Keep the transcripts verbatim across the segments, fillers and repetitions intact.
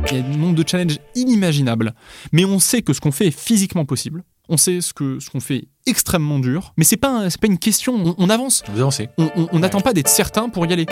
Il y a un nombre de challenges inimaginables, mais on sait que ce qu'on fait est physiquement possible. On sait ce que ce qu'on fait est extrêmement dur, mais c'est pas un, c'est pas une question. On, on avance. Vous avancez. On n'attend ouais. pas d'être certain pour y aller.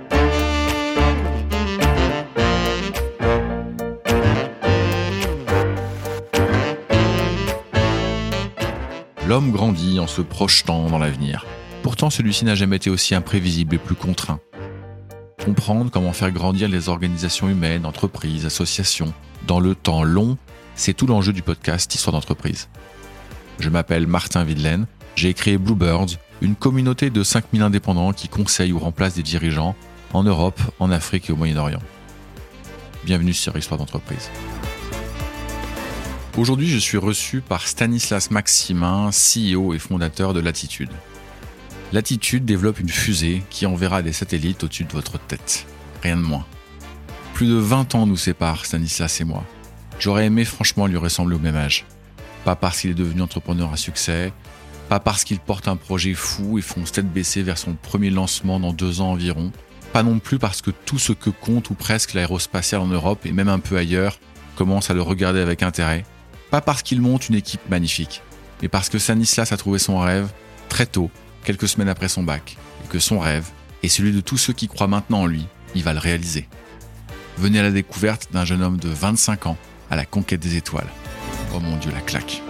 L'homme grandit en se projetant dans l'avenir. Pourtant, celui-ci n'a jamais été aussi imprévisible et plus contraint. Comprendre comment faire grandir les organisations humaines, entreprises, associations, dans le temps long, c'est tout l'enjeu du podcast Histoire d'entreprise. Je m'appelle Martin Videlaine, j'ai créé Bluebirds, une communauté de cinq mille indépendants qui conseillent ou remplacent des dirigeants en Europe, en Afrique et au Moyen-Orient. Bienvenue sur Histoire d'entreprise. Aujourd'hui, je suis reçu par Stanislas Maximin, C E O et fondateur de Latitude. Latitude développe une fusée qui enverra des satellites au-dessus de votre tête. Rien de moins. Plus de vingt ans nous séparent, Stanislas et moi. J'aurais aimé franchement lui ressembler au même âge. Pas parce qu'il est devenu entrepreneur à succès, pas parce qu'il porte un projet fou et fonce tête baissée vers son premier lancement dans deux ans environ, pas non plus parce que tout ce que compte ou presque l'aérospatiale en Europe et même un peu ailleurs commence à le regarder avec intérêt. Pas parce qu'il monte une équipe magnifique, mais parce que Stanislas a trouvé son rêve très tôt, quelques semaines après son bac, et que son rêve, et celui de tous ceux qui croient maintenant en lui, il va le réaliser. Venez à la découverte d'un jeune homme de vingt-cinq ans à la conquête des étoiles. Oh mon Dieu, la claque.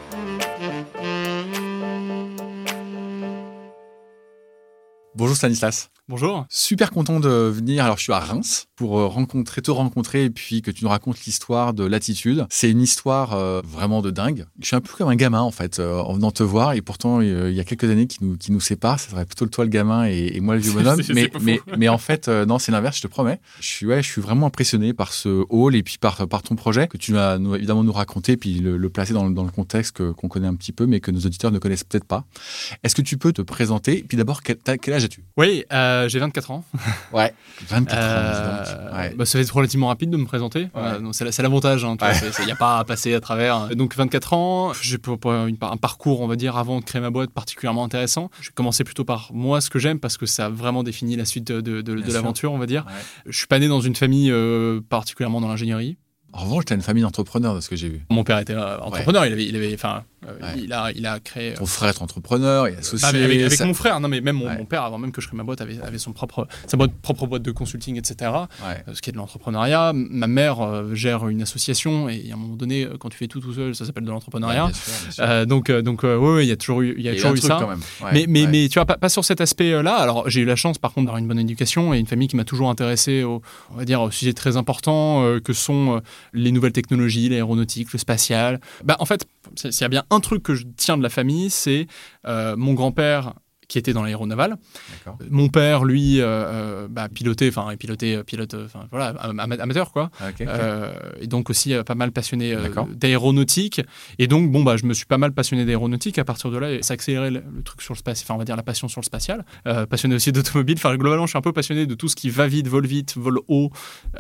Bonjour Stanislas. Bonjour. Super content de venir. Alors, je suis à Reims pour rencontrer, te rencontrer et puis que tu nous racontes l'histoire de Latitude. C'est une histoire euh, vraiment de dingue. Je suis un peu comme un gamin, en fait, euh, en venant te voir. Et pourtant, euh, il y a quelques années qui nous, qui nous séparent. Ça serait plutôt toi le gamin et, et moi le vieux bonhomme. c'est, mais, c'est mais, mais en fait, euh, non, c'est l'inverse, je te promets. Je suis, ouais, je suis vraiment impressionné par ce hall et puis par, par ton projet que tu vas nous, évidemment nous raconter puis le, le placer dans, dans le contexte que, qu'on connaît un petit peu, mais que nos auditeurs ne connaissent peut-être pas. Est-ce que tu peux te présenter? Et puis d'abord, quel, quel âge as-tu? Oui, euh, j'ai vingt-quatre ans. Ouais, vingt-quatre euh, ans. Ouais. Bah, ça va être relativement rapide de me présenter. Ouais. Euh, donc c'est, c'est l'avantage. Hein, il n'y a pas à passer à travers. Donc vingt-quatre ans, j'ai pour, pour une, un parcours, on va dire, avant de créer ma boîte particulièrement intéressant. Je vais commencer plutôt par moi, ce que j'aime, parce que ça a vraiment défini la suite de, de, de, de l'aventure, on va dire. Ouais. Je suis pas né dans une famille euh, particulièrement dans l'ingénierie. En revanche, tu as une famille d'entrepreneurs, de ce que j'ai vu. Mon père était euh, entrepreneur, ouais. il avait, il avait, enfin, euh, ouais. il a, il a créé. Ton frère est entrepreneur, il est associé. Bah, avec avec ça... mon frère, non mais même mon, ouais. mon père, avant même que je crée ma boîte, avait, avait son propre, sa boîte, propre boîte de consulting, et cetera. Ouais. Euh, ce qui est de l'entrepreneuriat. Ma mère euh, gère une association et à un moment donné, quand tu fais tout tout seul, ça s'appelle de l'entrepreneuriat. Ouais, bien sûr, bien sûr. Euh, donc, euh, donc, euh, ouais, il y a toujours eu, il y a toujours eu ça. Quand même. Ouais. Mais, mais, ouais. mais tu vois, pas, pas sur cet aspect-là. Alors, j'ai eu la chance, par contre, d'avoir une bonne éducation et une famille qui m'a toujours intéressé au, on va dire, au sujet très important euh, que sont euh, les nouvelles technologies. L'aéronautique, le spatial. Bah, en fait, s'il y a bien un truc que je tiens de la famille, c'est euh, mon grand-père qui était dans l'aéronaval. D'accord. Mon père, lui, euh, bah, pilotait, enfin, pilotait, pilote, enfin, voilà, amateur, quoi. Okay, okay. Euh, et donc aussi euh, pas mal passionné euh, d'aéronautique. Et donc, bon, bah, je me suis pas mal passionné d'aéronautique. À partir de là, et ça a accéléré le, le truc sur le spatial, enfin, on va dire la passion sur le spatial. Euh, passionné aussi d'automobile. Enfin, globalement, je suis un peu passionné de tout ce qui va vite, vole vite, vole haut,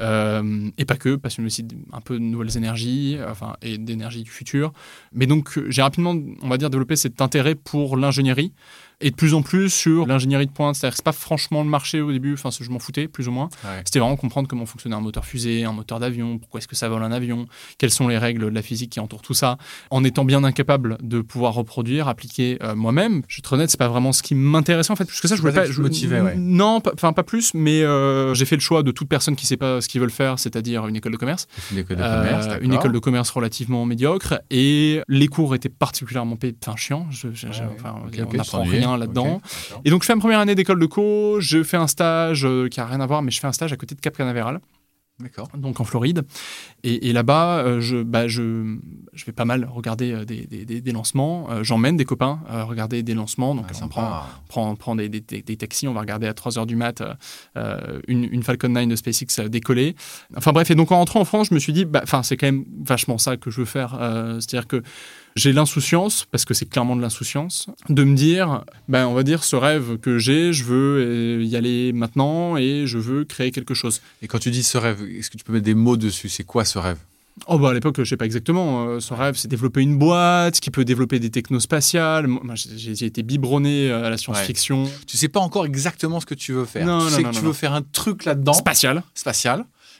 euh, et pas que. Passionné aussi un peu de nouvelles énergies, enfin, et d'énergie du futur. Mais donc, j'ai rapidement, on va dire, développé cet intérêt pour l'ingénierie. Et de plus en plus sur l'ingénierie de pointe, c'est-à-dire que c'est pas franchement le marché au début, enfin je m'en foutais plus ou moins. Ouais. C'était vraiment comprendre comment fonctionnait un moteur fusée, un moteur d'avion, pourquoi est-ce que ça vole un avion, quelles sont les règles de la physique qui entourent tout ça. En étant bien incapable de pouvoir reproduire, appliquer euh, moi-même, je suis très honnête, c'est pas vraiment ce qui m'intéressait en fait. Plus que ça, je voulais pas. Je motivais, ouais. Non, enfin pas, pas plus, mais euh, j'ai fait le choix de toute personne qui sait pas ce qu'ils veulent faire, c'est-à-dire une école de commerce. Une école de commerce, euh, une école de commerce relativement médiocre, et les cours étaient particulièrement pay... enfin chiants. Je, je, ouais, enfin, okay, on n'apprend okay, rien là-dedans. Okay. Et donc je fais une première année d'école de co, je fais un stage euh, qui n'a rien à voir, mais je fais un stage à côté de Cap Canaveral. D'accord. Donc en Floride. Et, et là-bas, euh, je, bah, je, je vais pas mal regarder euh, des, des, des lancements. Euh, j'emmène des copains euh, regarder des lancements. Donc ah, on prend, prend, prend des, des, des taxis, on va regarder à trois heures du mat euh, une, une Falcon nine de SpaceX décoller. Enfin bref, et donc en rentrant en France, je me suis dit, bah, c'est quand même vachement ça que je veux faire. Euh, c'est-à-dire que j'ai l'insouciance, parce que c'est clairement de l'insouciance, de me dire, ben, on va dire, ce rêve que j'ai, je veux y aller maintenant et je veux créer quelque chose. Et quand tu dis ce rêve, est-ce que tu peux mettre des mots dessus? C'est quoi ce rêve? Oh bah à l'époque, je sais pas exactement. Euh, son rêve, c'est développer une boîte qui peut développer des technospatiales. Moi, j'ai, j'ai été biberonné à la science-fiction. Ouais. Tu sais pas encore exactement ce que tu veux faire. Non, tu non, sais non, que non, tu non. veux faire un truc là-dedans. Spatial. Spatial.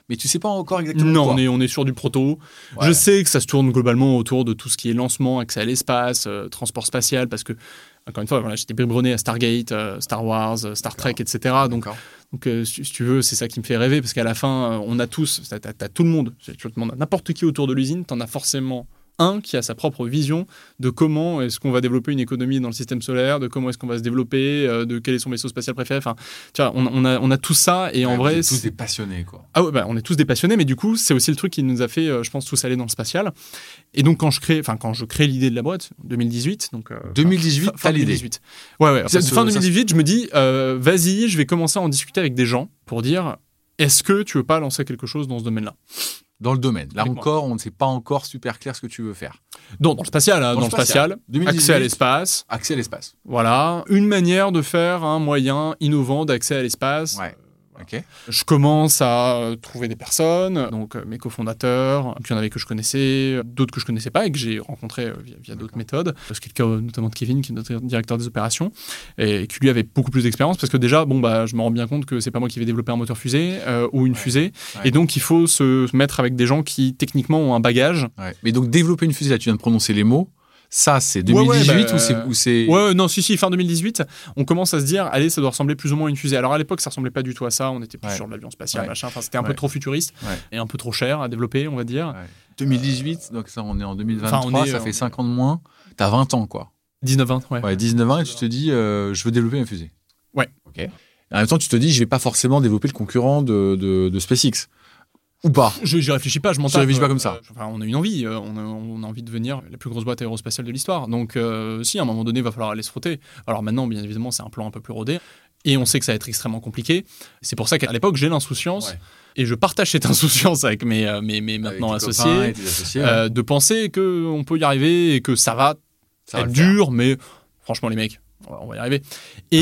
mais tu sais pas encore exactement Non, quoi. on est, on est sur du proto. Ouais. Je sais que ça se tourne globalement autour de tout ce qui est lancement, accès à l'espace, euh, transport spatial, parce que, encore une fois, voilà, j'étais biberonné à Stargate, euh, Star Wars, Star D'accord. Trek, et cetera. Donc, donc euh, si, si tu veux, c'est ça qui me fait rêver, parce qu'à la fin, euh, on a tous, t'as, t'as, t'as tout le monde, tu te demandes à n'importe qui autour de l'usine, t'en as forcément un qui a sa propre vision de comment est-ce qu'on va développer une économie dans le système solaire, de comment est-ce qu'on va se développer, euh, de quel est son vaisseau spatial préféré. Enfin, tu vois, on, on, a, on a tout ça et ouais, en vrai... On est tous des passionnés, quoi. Ah ouais, bah, on est tous des passionnés, mais du coup, c'est aussi le truc qui nous a fait, euh, je pense, tous aller dans le spatial. Et donc, quand je crée, enfin, quand je crée l'idée de la boîte, deux mille dix-huit, donc... Euh, deux mille dix-huit, fin, fin deux mille dix-huit. Ouais, ouais. Enfin, fin deux mille dix-huit, je me dis, euh, vas-y, je vais commencer à en discuter avec des gens pour dire, est-ce que tu veux pas lancer quelque chose dans ce domaine-là ? Dans le domaine. Là encore, on ne sait pas encore super clair ce que tu veux faire. Dans, dans le spatial, hein, dans, dans le spatial, spatial accès à l'espace. Accès à l'espace. Voilà, une manière de faire un moyen innovant d'accès à l'espace. Ouais. Okay. Je commence à trouver des personnes, donc euh, mes cofondateurs, puis il y en avait que je connaissais, d'autres que je connaissais pas et que j'ai rencontrés euh, via, via d'autres méthodes. C'est le cas euh, notamment de Kevin, qui est notre directeur des opérations, et qui lui avait beaucoup plus d'expérience parce que déjà, bon, bah, je me rends bien compte que c'est pas moi qui vais développer un moteur fusée euh, ou une ouais. fusée, ouais. et donc il faut se mettre avec des gens qui techniquement ont un bagage. Ouais. Mais donc développer une fusée, là tu viens de prononcer les mots. Ça, c'est deux mille dix-huit ouais, ouais, bah, ou, c'est, ou c'est... Ouais, non, si, si, fin deux mille dix-huit, on commence à se dire, allez, ça doit ressembler plus ou moins à une fusée. Alors à l'époque, ça ressemblait pas du tout à ça, on était plus ouais. sur de l'avion spatial, ouais. machin, enfin, c'était un ouais. peu trop futuriste ouais. et un peu trop cher à développer, on va dire. Ouais. deux mille dix-huit, donc ça, on est en deux mille vingt-trois, enfin, est, ça fait cinq ans de moins, t'as vingt ans, quoi. dix-neuf vingt, ouais. Ouais, dix-neuf ans, et tu te dis, euh, je veux développer une fusée. Ouais. Ok. Et en même temps, tu te dis, je vais pas forcément développer le concurrent de, de, de SpaceX. Ou pas. Je n'y réfléchis pas, je m'en tape. Je réfléchis pas comme ça. Euh, enfin, on a une envie, euh, on, a, on a envie de devenir la plus grosse boîte aérospatiale de l'histoire. Donc, euh, si, à un moment donné, il va falloir aller se frotter. Alors maintenant, bien évidemment, c'est un plan un peu plus rodé. Et on sait que ça va être extrêmement compliqué. C'est pour ça qu'à l'époque, j'ai l'insouciance. Ouais. Et je partage cette insouciance avec mes, euh, mes, mes maintenant avec associés. associés euh, ouais. De penser qu'on peut y arriver et que ça va ça être va dur, mais franchement, les mecs, on va y arriver. Et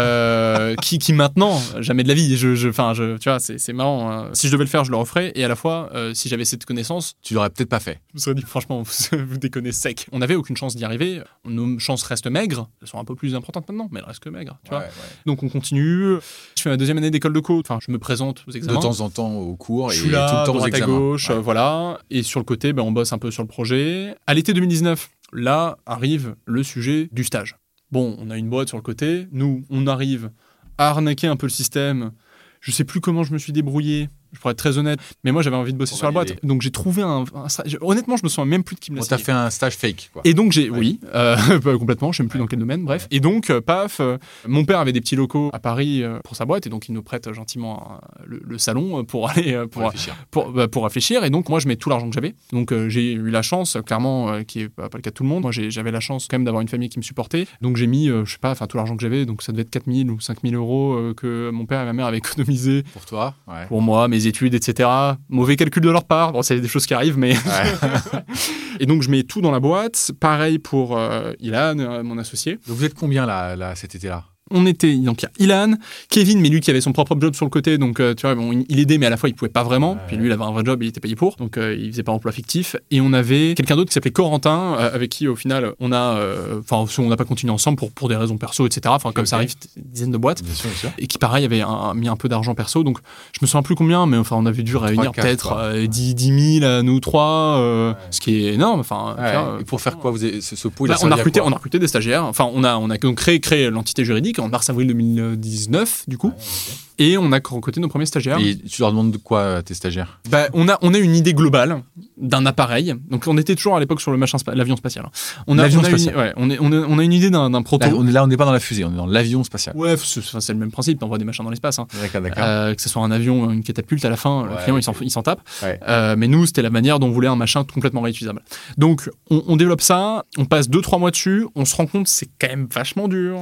euh, qui, qui maintenant, jamais de la vie, je, je, je, tu vois, c'est, c'est marrant. Hein. Si je devais le faire, je le referais. Et à la fois, euh, si j'avais cette connaissance... Tu l'aurais peut-être pas fait. Je me serais dit, franchement, vous, vous déconnez sec. On n'avait aucune chance d'y arriver. Nos chances restent maigres. Elles sont un peu plus importantes maintenant, mais elles restent que maigres. Tu ouais, vois ouais. Donc on continue. Je fais ma deuxième année d'école de co. Enfin, je me présente aux examens. De temps en temps au cours et je suis là, tout le temps droite aux examens. à gauche, ouais. euh, voilà. Et sur le côté, ben, on bosse un peu sur le projet. À l'été deux mille dix-neuf, là arrive le sujet du stage. Bon, on a une boîte sur le côté. Nous, on arrive à arnaquer un peu le système. Je sais plus comment je me suis débrouillé. Je pourrais être très honnête, mais moi j'avais envie de bosser on sur la boîte, idée. Donc j'ai trouvé un, un stage. Honnêtement, je me souviens même plus de qui me l'a signé. On t'a fait un stage fake, quoi. Et donc j'ai, ouais. oui, euh, complètement. Je sais même plus ouais. dans quel domaine. Bref. Ouais. Et donc, euh, paf, euh, mon père avait des petits locaux à Paris euh, pour sa boîte, et donc il nous prête gentiment euh, le, le salon pour aller euh, pour, pour réfléchir. Pour, bah, pour réfléchir. Et donc moi je mets tout l'argent que j'avais. Donc euh, j'ai eu la chance, clairement, euh, qui est pas, pas le cas de tout le monde. Moi j'ai, j'avais la chance quand même d'avoir une famille qui me supportait. Donc j'ai mis, euh, je sais pas, enfin tout l'argent que j'avais. Donc ça devait être quatre mille ou cinq mille euros euh, que mon père et ma mère avaient économisé pour toi, ouais. pour moi, mes études, et cetera. Mauvais calcul de leur part, bon, c'est des choses qui arrivent, mais... Ouais. Et donc, je mets tout dans la boîte. Pareil pour euh, Ilan, euh, mon associé. Donc, vous êtes combien là, là, cet été-là ? On était, donc il y a Ilan, Kevin, mais lui qui avait son propre job sur le côté, donc euh, tu vois, bon, il aidait, mais à la fois il pouvait pas vraiment. Ouais. Puis lui, il avait un vrai job, et il était payé pour, donc euh, il faisait pas emploi fictif. Et on avait quelqu'un d'autre qui s'appelait Corentin, euh, avec qui au final on a, enfin, euh, on n'a pas continué ensemble pour pour des raisons perso, et cetera. Enfin, comme okay. ça arrive, une dizaine de boîtes. Bien sûr, bien sûr. Et qui pareil avait un, mis un peu d'argent perso, donc je me souviens plus combien, mais enfin on avait dû réunir quatre, peut-être euh, dix mille à nous trois, euh, ouais. ce qui est énorme. Enfin, ouais. vois, et pour faire quoi, vous avez, ce, ce pot, il bah, on a recruté, on a recruté des stagiaires. Enfin, on a on a donc créé créé l'entité juridique en mars avril deux mille dix-neuf du coup, ouais, okay. Et on a recruté nos premiers stagiaires. Et tu leur demandes de quoi à tes stagiaires ? Bah, on a on a une idée globale d'un appareil. Donc on était toujours à l'époque sur le machin spa- l'avion spatial. On a, l'avion on a spatial. Une, ouais, on est on a, on a une idée d'un, d'un proto. Là, on est là, on n'est pas dans la fusée, on est dans l'avion spatial. Ouais, c'est, c'est le même principe. T'envoies des machins dans l'espace. Hein. D'accord, d'accord. Euh, que ce soit un avion, une catapulte, à la fin, ouais, le client okay. il, s'en, il s'en tape. Ouais. Euh, mais nous, c'était la manière dont on voulait un machin complètement réutilisable. Donc on, on développe ça, on passe deux trois mois dessus, on se rend compte c'est quand même vachement dur.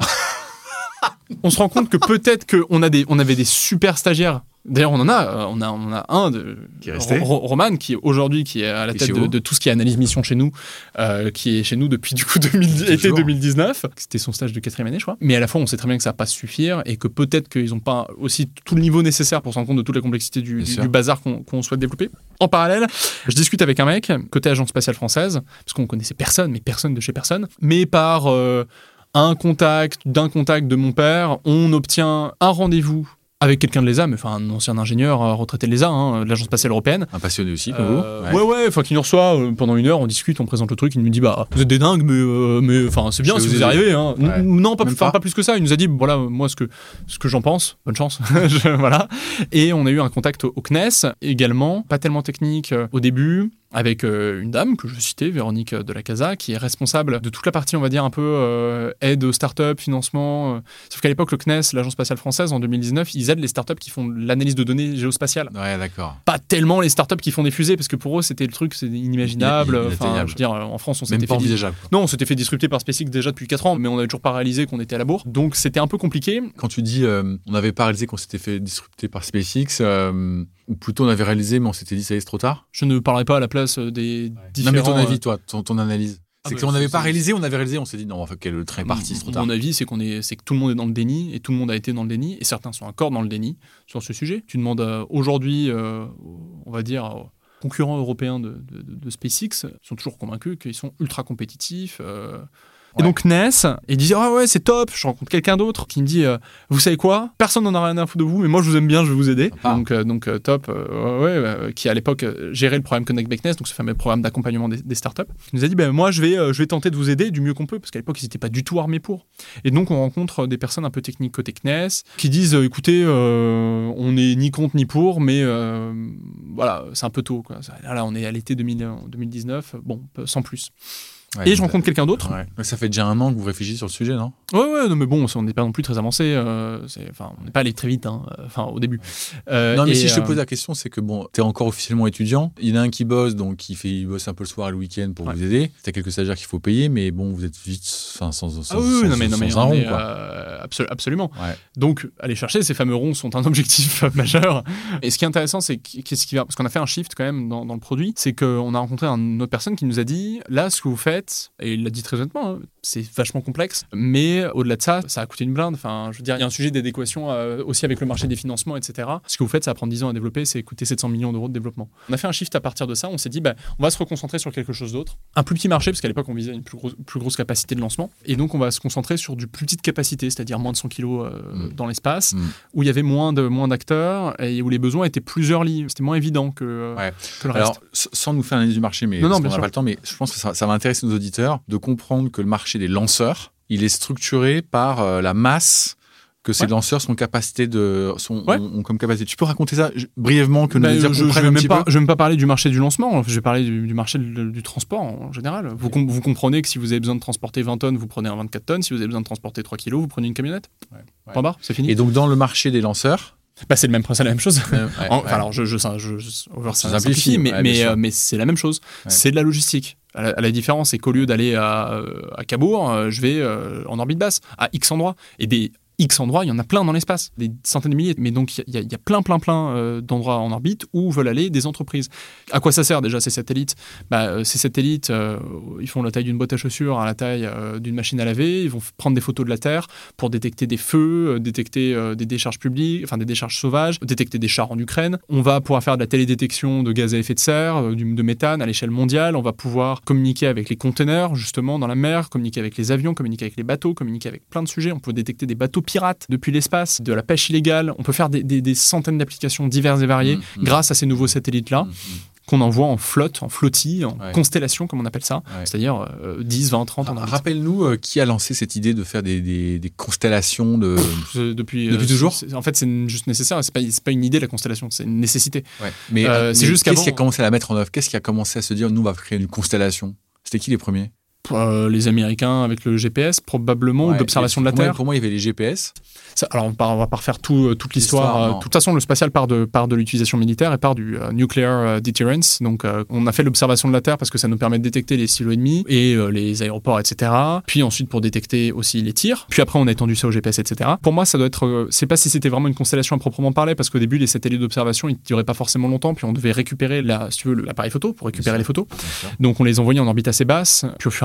On se rend compte que peut-être qu'on a des, on avait des super stagiaires. D'ailleurs, on en a, on a, on a un de qui est resté. Ro- Roman, qui aujourd'hui qui est à la tête de, de tout ce qui est analyse mission chez nous, euh, qui est chez nous depuis du coup deux mille, été deux mille dix-neuf. C'était son stage de quatrième année, je crois. Mais à la fois, on sait très bien que ça va pas suffire et que peut-être qu'ils n'ont pas aussi tout le niveau nécessaire pour se rendre compte de toute la complexité du, du, du bazar qu'on, qu'on souhaite développer. En parallèle, je discute avec un mec côté agence spatiale française, parce qu'on connaissait personne, mais personne de chez personne, mais par euh, un contact, d'un contact de mon père, on obtient un rendez-vous avec quelqu'un de l'E S A, mais enfin un ancien ingénieur euh, retraité de l'E S A, hein, de l'Agence spatiale européenne. Un passionné aussi, comme euh, vous. Ouais, ouais, enfin qui nous reçoit euh, pendant une heure, on discute, on présente le truc, il nous dit bah vous êtes des dingues, mais euh, mais enfin c'est bien si vous y arrivez. Hein. Ouais. Non, pas, pas. pas plus que ça. Il nous a dit voilà moi ce que ce que j'en pense. Bonne chance. Je, voilà. Et on a eu un contact au C N E S également, pas tellement technique euh, au début, avec euh, une dame que je citais, Véronique de la Casa, qui est responsable de toute la partie, on va dire, un peu euh, aide aux startups, financement. Euh. Sauf qu'à l'époque, le C N E S, l'Agence spatiale française, en deux mille dix-neuf, ils aident les startups qui font l'analyse de données géospatiales. Ouais, d'accord. Pas tellement les startups qui font des fusées, parce que pour eux, c'était le truc, c'est inimaginable. Enfin, je veux dire, en France, on s'était Même pas fait... envisageable. Non, on s'était fait disrupter par SpaceX déjà depuis quatre ans, mais on n'avait toujours pas réalisé qu'on était à la bourre. Donc, c'était un peu compliqué. Quand tu dis euh, on n'avait pas réalisé qu'on s'était fait disrupter par SpaceX, euh, ou plutôt on avait réalisé, mais on s'était dit ça y est, c'est trop tard. Je ne parlerai pas à la place des... Ouais. Non, mais ton avis, toi, ton, ton analyse. Ah c'est bah, qu'on n'avait c'est, pas c'est... réalisé, on avait réalisé, on s'est dit non, enfin, okay, le train est parti, c'est trop tard. Mon avis, c'est, qu'on est, c'est que tout le monde est dans le déni, et tout le monde a été dans le déni, et certains sont encore dans le déni sur ce sujet. Tu demandes euh, aujourd'hui, euh, on va dire, aux concurrents européens de, de, de, de SpaceX, ils sont toujours convaincus qu'ils sont ultra compétitifs. Euh, Ouais. Et donc C N E S, il disait ah ouais c'est top, je rencontre quelqu'un d'autre qui me dit euh, vous savez quoi, personne n'en a rien à foutre de vous, mais moi je vous aime bien, je vais vous aider. Ah. Donc euh, donc euh, top, euh, ouais, euh, qui à l'époque euh, gérait le programme Connect Business, donc ce fameux programme d'accompagnement des, des startups. Il nous a dit ben moi je vais euh, je vais tenter de vous aider du mieux qu'on peut, parce qu'à l'époque ils n'étaient pas du tout armés pour. Et donc on rencontre des personnes un peu techniques côté C N E S qui disent euh, écoutez euh, on n'est ni contre ni pour, mais euh, voilà c'est un peu tôt quoi. Là on est à l'été deux mille dix-neuf, bon sans plus. Ouais, et je rencontre quelqu'un d'autre. Ouais. Ça fait déjà un an que vous réfléchissez sur le sujet, non ? Ouais, ouais, non, mais bon, on n'est pas non plus très avancé. Euh, c'est, enfin, on n'est pas allé très vite, hein, enfin, au début. Euh, non, mais si euh... je te pose la question, c'est que bon, t'es encore officiellement étudiant. Il y en a un qui bosse, donc qui fait, il bosse un peu le soir et le week-end pour ouais. vous aider. T'as quelques stagiaires qu'il faut payer, mais bon, vous êtes vite sans, sans, sans, ah oui, sans, non, mais, sans, non, mais sans un rond, est, quoi. Euh, absolu- absolument. Ouais. Donc, aller chercher ces fameux ronds sont un objectif majeur. Et ce qui est intéressant, c'est qu'est-ce qui va, parce qu'on a fait un shift quand même dans, dans le produit, c'est qu'on a rencontré une autre personne qui nous a dit, là, ce que vous faites, et il l'a dit très honnêtement, hein, c'est vachement complexe, mais au-delà de ça, ça a coûté une blinde. Enfin, je veux dire, il y a un sujet d'adéquation euh, aussi avec le marché des financements, et cetera. Ce que vous faites, ça va prendre dix ans à développer, c'est coûter sept cents millions d'euros de développement. On a fait un shift à partir de ça, on s'est dit, bah, on va se reconcentrer sur quelque chose d'autre. Un plus petit marché, parce qu'à l'époque, on visait une plus, gros, plus grosse capacité de lancement, et donc on va se concentrer sur du plus petite capacité, c'est-à-dire moins de cent kilos euh, mmh. dans l'espace, mmh. où il y avait moins, de, moins d'acteurs, et où les besoins étaient plus early. C'était moins évident que, euh, ouais. que le reste. Alors, sans nous faire l'analyse du marché, mais non, non, on n'a sûr. pas le temps, mais je pense que ça, ça va intéresser nos auditeurs de comprendre que le marché des lanceurs, il est structuré par euh, la masse que ces ouais. lanceurs sont capacité de sont ouais. ont, ont comme capacité. Tu peux raconter ça je, brièvement que nos bah, auditeurs je, comprennent je un même petit pas, peu. Je vais même pas parler du marché du lancement. Je vais parler du, du marché du, du transport en général. Vous, com- vous comprenez que si vous avez besoin de transporter vingt tonnes, vous prenez un vingt-quatre tonnes. Si vous avez besoin de transporter trois kilos, vous prenez une camionnette. Ouais. Ouais. Point barre, c'est fini. Et donc dans le marché des lanceurs. Bah, c'est le même, c'est la même chose. Ouais, ouais, en, ouais. Alors, je, je, je, je, je ça simplifie, mais, ouais, mais, euh, mais c'est la même chose. Ouais. C'est de la logistique. À la, à la différence, c'est qu'au lieu d'aller à, à Cabourg, euh, je vais euh, en orbite basse, à X endroits. Et des X endroits, il y en a plein dans l'espace, des centaines de milliers. Mais donc, il y, y, y a plein, plein, plein euh, d'endroits en orbite où veulent aller des entreprises. À quoi ça sert déjà ces satellites ? Bah, euh, Ces satellites, euh, ils font la taille d'une boîte à chaussures à la taille euh, d'une machine à laver. Ils vont f- prendre des photos de la Terre pour détecter des feux, euh, détecter euh, des décharges publiques, enfin des décharges sauvages, détecter des chars en Ukraine. On va pouvoir faire de la télédétection de gaz à effet de serre, euh, de méthane à l'échelle mondiale. On va pouvoir communiquer avec les containers, justement, dans la mer, communiquer avec les avions, communiquer avec les bateaux, communiquer avec plein de sujets. On peut détecter des bateaux pirates depuis l'espace, de la pêche illégale. On peut faire des, des, des centaines d'applications diverses et variées mmh, grâce à ces nouveaux satellites-là. Mmh, mmh. Qu'on envoie en flotte, en flottille, en ouais. constellation, comme on appelle ça, ouais. c'est-à-dire euh, dix, vingt, trente en orbite. Rappelle-nous euh, qui a lancé cette idée de faire des, des, des constellations de... Pff, depuis, depuis euh, toujours c'est, En fait, c'est juste nécessaire. C'est pas, c'est pas une idée, la constellation, c'est une nécessité. Ouais. Mais, euh, mais c'est juste qu'est-ce qu'avant... qui a commencé à la mettre en œuvre ? Qu'est-ce qui a commencé à se dire, nous, on va créer une constellation ? C'était qui les premiers ? Euh, les Américains avec le G P S, probablement, ouais, ou l'observation de la pour Terre. Moi, pour moi, il y avait les G P S. Ça, alors, on ne va pas refaire tout, toute l'histoire. l'histoire euh, de toute façon, le spatial part de, part de l'utilisation militaire et part du uh, nuclear uh, deterrence. Donc, euh, on a fait l'observation de la Terre parce que ça nous permet de détecter les silos ennemis et euh, les aéroports, et cetera. Puis ensuite, pour détecter aussi les tirs. Puis après, on a étendu ça au G P S, et cetera. Pour moi, ça doit être... Euh, c'est pas si c'était vraiment une constellation à proprement parler, parce qu'au début, les satellites d'observation, ils ne duraient pas forcément longtemps. Puis on devait récupérer, la, si tu veux, l'appareil photo pour récupérer les photos. Donc, on les envoyait en orbite assez basse. Puis au fur et à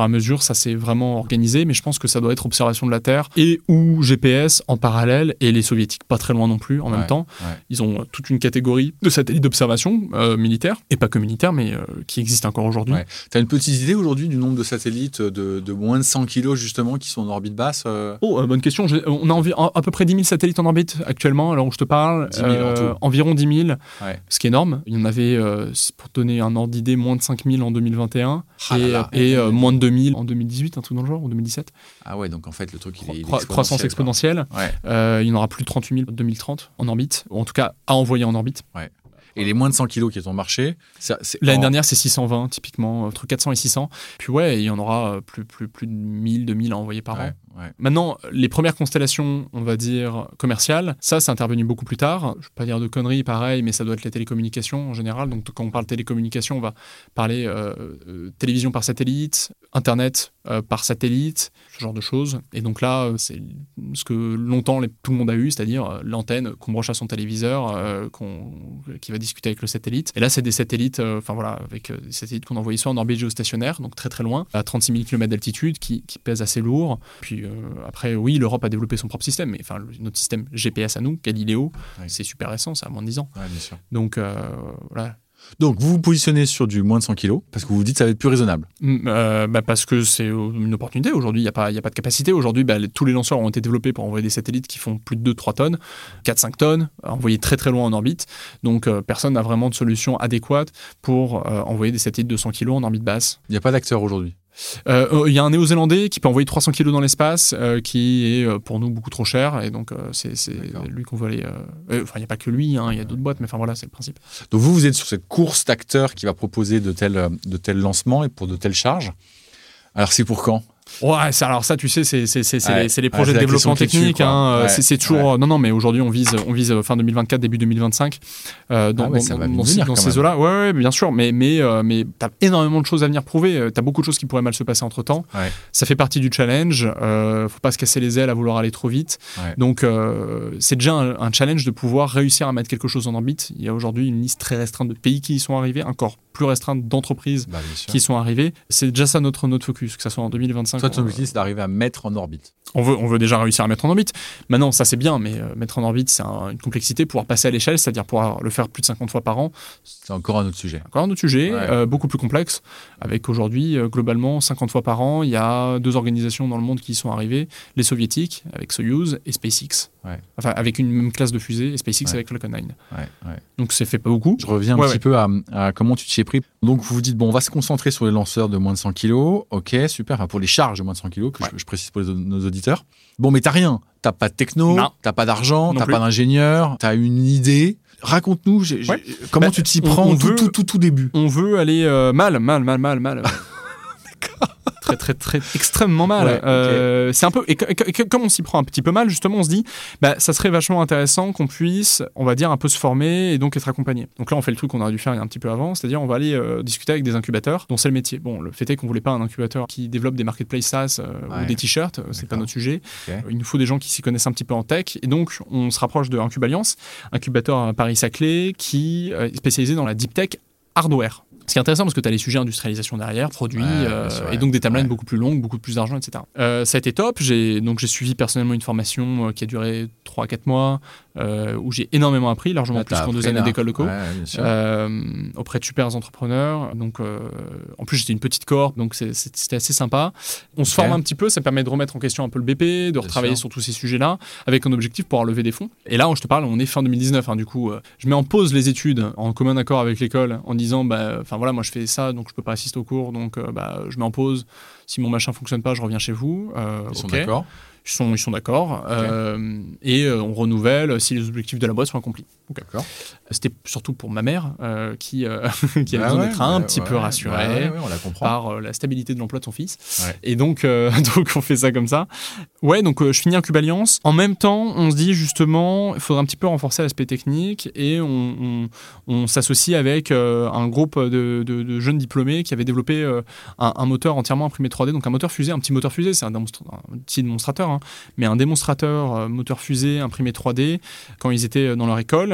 à mesure, ça s'est vraiment organisé, mais je pense que ça doit être observation de la Terre et ou G P S en parallèle, et les soviétiques pas très loin non plus en ouais, même temps. Ouais. Ils ont toute une catégorie de satellites d'observation euh, militaires, et pas que militaires, mais euh, qui existent encore aujourd'hui. Ouais. Tu as une petite idée aujourd'hui du nombre de satellites de, de moins de cent kilos justement qui sont en orbite basse euh... Oh, euh, bonne question. J'ai, on a envi- à peu près dix mille satellites en orbite actuellement, alors où je te parle. dix mille euh, environ dix mille, ouais. Ce qui est énorme. Il y en avait, euh, pour te donner un ordre d'idée, moins de cinq mille en deux mille vingt et un ah et, là, et euh, moins de deux mille en deux mille dix-huit, un truc dans le genre, ou deux mille dix-sept. Ah ouais, donc en fait le truc il est, il est Cro- croissance exponentielle. Ouais. Euh, il y en aura plus de trente-huit mille en deux mille trente en orbite, ou en tout cas à envoyer en orbite. Ouais. Et les moins de cent kilos qui sont marché, c'est, c'est l'année en... dernière c'est six cent vingt typiquement, entre quatre cents et six cents. Puis ouais, il y en aura plus, plus, plus de mille, deux mille à envoyer par ouais, an. Ouais. Maintenant, les premières constellations, on va dire commerciales, ça c'est intervenu beaucoup plus tard. Je ne vais pas dire de conneries, pareil, mais ça doit être les télécommunications en général. Donc quand on parle télécommunications, on va parler euh, euh, télévision par satellite, internet euh, par satellite, ce genre de choses. Et donc là, c'est ce que longtemps les, tout le monde a eu, c'est-à-dire euh, l'antenne qu'on branche à son téléviseur, euh, qu'on, qui va discuter avec le satellite. Et là, c'est des satellites, enfin euh, voilà, avec euh, des satellites qu'on envoyait soit en orbite géostationnaire, donc très très loin, à trente-six mille kilomètres d'altitude, qui, qui pèsent assez lourd. Puis euh, après, oui, l'Europe a développé son propre système, mais enfin notre système G P S à nous, Galileo, oui. c'est super récent, ça a moins de dix ans. Ouais, bien sûr. Donc euh, voilà. Donc, vous vous positionnez sur du moins de cent kilos parce que vous vous dites que ça va être plus raisonnable. euh, bah Parce que c'est une opportunité. Aujourd'hui, il n'y a, a pas de capacité. Aujourd'hui, bah, les, tous les lanceurs ont été développés pour envoyer des satellites qui font plus de deux à trois tonnes, quatre à cinq tonnes, envoyés très très loin en orbite. Donc, euh, personne n'a vraiment de solution adéquate pour euh, envoyer des satellites de cent kilos en orbite basse. Il n'y a pas d'acteur aujourd'hui. Il euh, y a un néo-zélandais qui peut envoyer trois cents kilos dans l'espace, euh, qui est euh, pour nous beaucoup trop cher, et donc euh, c'est, c'est lui qu'on veut aller. Euh... Enfin, il n'y a pas que lui, hein, il y a d'autres boîtes, mais enfin voilà, c'est le principe. Donc vous, vous êtes sur cette course d'acteurs qui va proposer de tels, de tels lancements et pour de telles charges. Alors c'est pour quand ? Ouais, c'est, alors ça, tu sais, c'est, c'est, c'est, c'est, ouais. les, c'est les projets ouais, de développement technique. dessus, hein, ouais. c'est, c'est toujours. Ouais. Non, non, mais aujourd'hui, on vise, on vise fin deux mille vingt-quatre, début deux mille vingt-cinq. Euh, dans, ah ouais, ça dans, va dans, venir, dans ces même. eaux-là. Ouais, ouais, bien sûr. Mais, mais, euh, mais t'as énormément de choses à venir prouver. T'as beaucoup de choses qui pourraient mal se passer entre temps. Ouais. Ça fait partie du challenge. Euh, faut pas se casser les ailes à vouloir aller trop vite. Ouais. Donc, euh, c'est déjà un, un challenge de pouvoir réussir à mettre quelque chose en orbite. Il y a aujourd'hui une liste très restreinte de pays qui y sont arrivés, encore plus restreinte d'entreprises bah, qui y sont arrivées. C'est déjà ça notre, notre focus, que ça soit en deux mille vingt-cinq. Toi, ton objectif, c'est d'arriver à mettre en orbite. On veut, on veut déjà réussir à mettre en orbite. Maintenant, ça c'est bien, mais euh, mettre en orbite, c'est un, une complexité. Pouvoir passer à l'échelle, c'est-à-dire pouvoir le faire plus de cinquante fois par an. C'est encore un autre sujet. Encore un autre sujet, ouais. euh, beaucoup plus complexe. Avec aujourd'hui, euh, globalement, cinquante fois par an, il y a deux organisations dans le monde qui y sont arrivées. Les soviétiques, avec Soyuz, et SpaceX. Ouais. Enfin, avec une même classe de fusée, et SpaceX ouais. avec Falcon neuf. Ouais, ouais. Donc, c'est fait pas beaucoup. Je reviens un ouais, petit ouais. peu à, à comment tu t'y es pris. Donc, vous vous dites, bon, on va se concentrer sur les lanceurs de moins de cent kilos. Ok, super. Enfin, pour les charges de moins de cent kilos, que ouais. je, je précise pour les, nos auditeurs. Bon, mais t'as rien. T'as pas de techno, non. T'as pas d'argent, non t'as plus. Pas d'ingénieur, t'as une idée. Raconte-nous j'ai, j'ai, ouais. comment bah, tu t'y prends au tout, tout, tout, tout début. On veut aller euh, mal, mal, mal, mal, mal. D'accord. Très, très, très, extrêmement mal. Ouais, euh, okay. C'est un peu, et comme on s'y prend un petit peu mal, justement, on se dit, bah, ça serait vachement intéressant qu'on puisse, on va dire, un peu se former et donc être accompagné. Donc là, on fait le truc qu'on aurait dû faire il y a un petit peu avant, c'est-à-dire on va aller euh, discuter avec des incubateurs dont c'est le métier. Bon, le fait est qu'on voulait pas un incubateur qui développe des marketplaces SaaS euh, ouais. ou des t-shirts, c'est D'accord. pas notre sujet. Okay. Il nous faut des gens qui s'y connaissent un petit peu en tech, et donc on se rapproche de Incubaliance, incubateur à Paris-Saclay, qui est spécialisé dans la deep tech hardware. Ce qui est intéressant parce que tu as les sujets industrialisation derrière, produits, ouais, euh, sûr, ouais. et donc des timelines ouais. beaucoup plus longues, beaucoup plus d'argent, et cetera. Euh, ça a été top. J'ai, donc j'ai suivi personnellement une formation euh, qui a duré trois à quatre mois, euh, où j'ai énormément appris, largement ah, plus qu'en deux années d'école de co, ouais, euh, auprès de super entrepreneurs. Donc, euh, en plus, j'étais une petite cohorte, donc c'est, c'est, c'était assez sympa. On okay. se forme un petit peu, ça permet de remettre en question un peu le B P, de retravailler sur tous ces sujets-là, avec un objectif pour pouvoir lever des fonds. Et là, je te parle, on est fin deux mille dix-neuf, hein, du coup, euh, je mets en pause les études en commun accord avec l'école, en disant, bah, enfin voilà, moi je fais ça, donc je peux pas assister au cours, donc euh, bah, je mets en pause. Si mon machin fonctionne pas, je reviens chez vous. Euh, ils okay. sont d'accord. Ils sont, ils sont d'accord. Okay. Euh, et euh, on renouvelle si les objectifs de la boîte sont accomplis. Okay. D'accord. C'était surtout pour ma mère euh, qui, euh, qui avait bah besoin ouais, d'être un bah petit ouais, peu rassurée bah ouais, ouais, on la comprend. par euh, la stabilité de l'emploi de son fils. Ouais. Et donc, euh, donc, on fait ça comme ça. Ouais, donc euh, je finis Incubaliance. En même temps, on se dit justement, il faudrait un petit peu renforcer l'aspect technique et on, on, on s'associe avec euh, un groupe de, de, de jeunes diplômés qui avaient développé euh, un, un moteur entièrement imprimé trois D, donc un moteur fusée, un petit moteur fusée, c'est un, démonstra- un petit démonstrateur, hein, mais un démonstrateur euh, moteur fusée imprimé trois D quand ils étaient dans leur école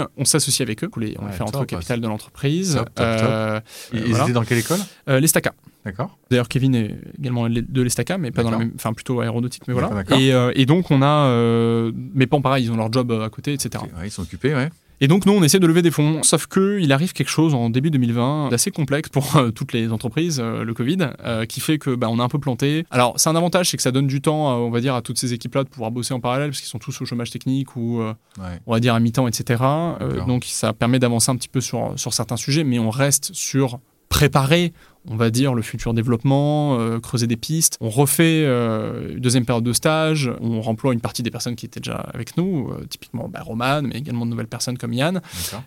on s'associe avec eux, on les, on ouais, les fait entrer au capital de l'entreprise. Top, top, euh, top. Et ils voilà. étaient dans quelle école? euh, L'Estaca. D'accord. D'ailleurs, Kevin est également de l'Estaca, mais pas d'accord. dans la même, enfin plutôt aéronautique, mais voilà. Et, euh, et donc on a, euh, mais pas pareil, ils ont leur job à côté, et cetera. Okay, ouais, ils sont occupés, ouais. Et donc, nous, on essaie de lever des fonds, sauf qu'il arrive quelque chose en début deux mille vingt d'assez complexe pour euh, toutes les entreprises, euh, le Covid, euh, qui fait que bah, on est un peu planté. Alors, c'est un avantage, c'est que ça donne du temps, euh, on va dire, à toutes ces équipes-là de pouvoir bosser en parallèle, parce qu'ils sont tous au chômage technique ou, euh, ouais. on va dire, à mi-temps, et cetera. Euh, donc, ça permet d'avancer un petit peu sur, sur certains sujets, mais on reste sur préparer, on va dire, le futur développement, euh, creuser des pistes. On refait euh, une deuxième période de stage, on remploie une partie des personnes qui étaient déjà avec nous, euh, typiquement bah, Roman, mais également de nouvelles personnes comme Yann,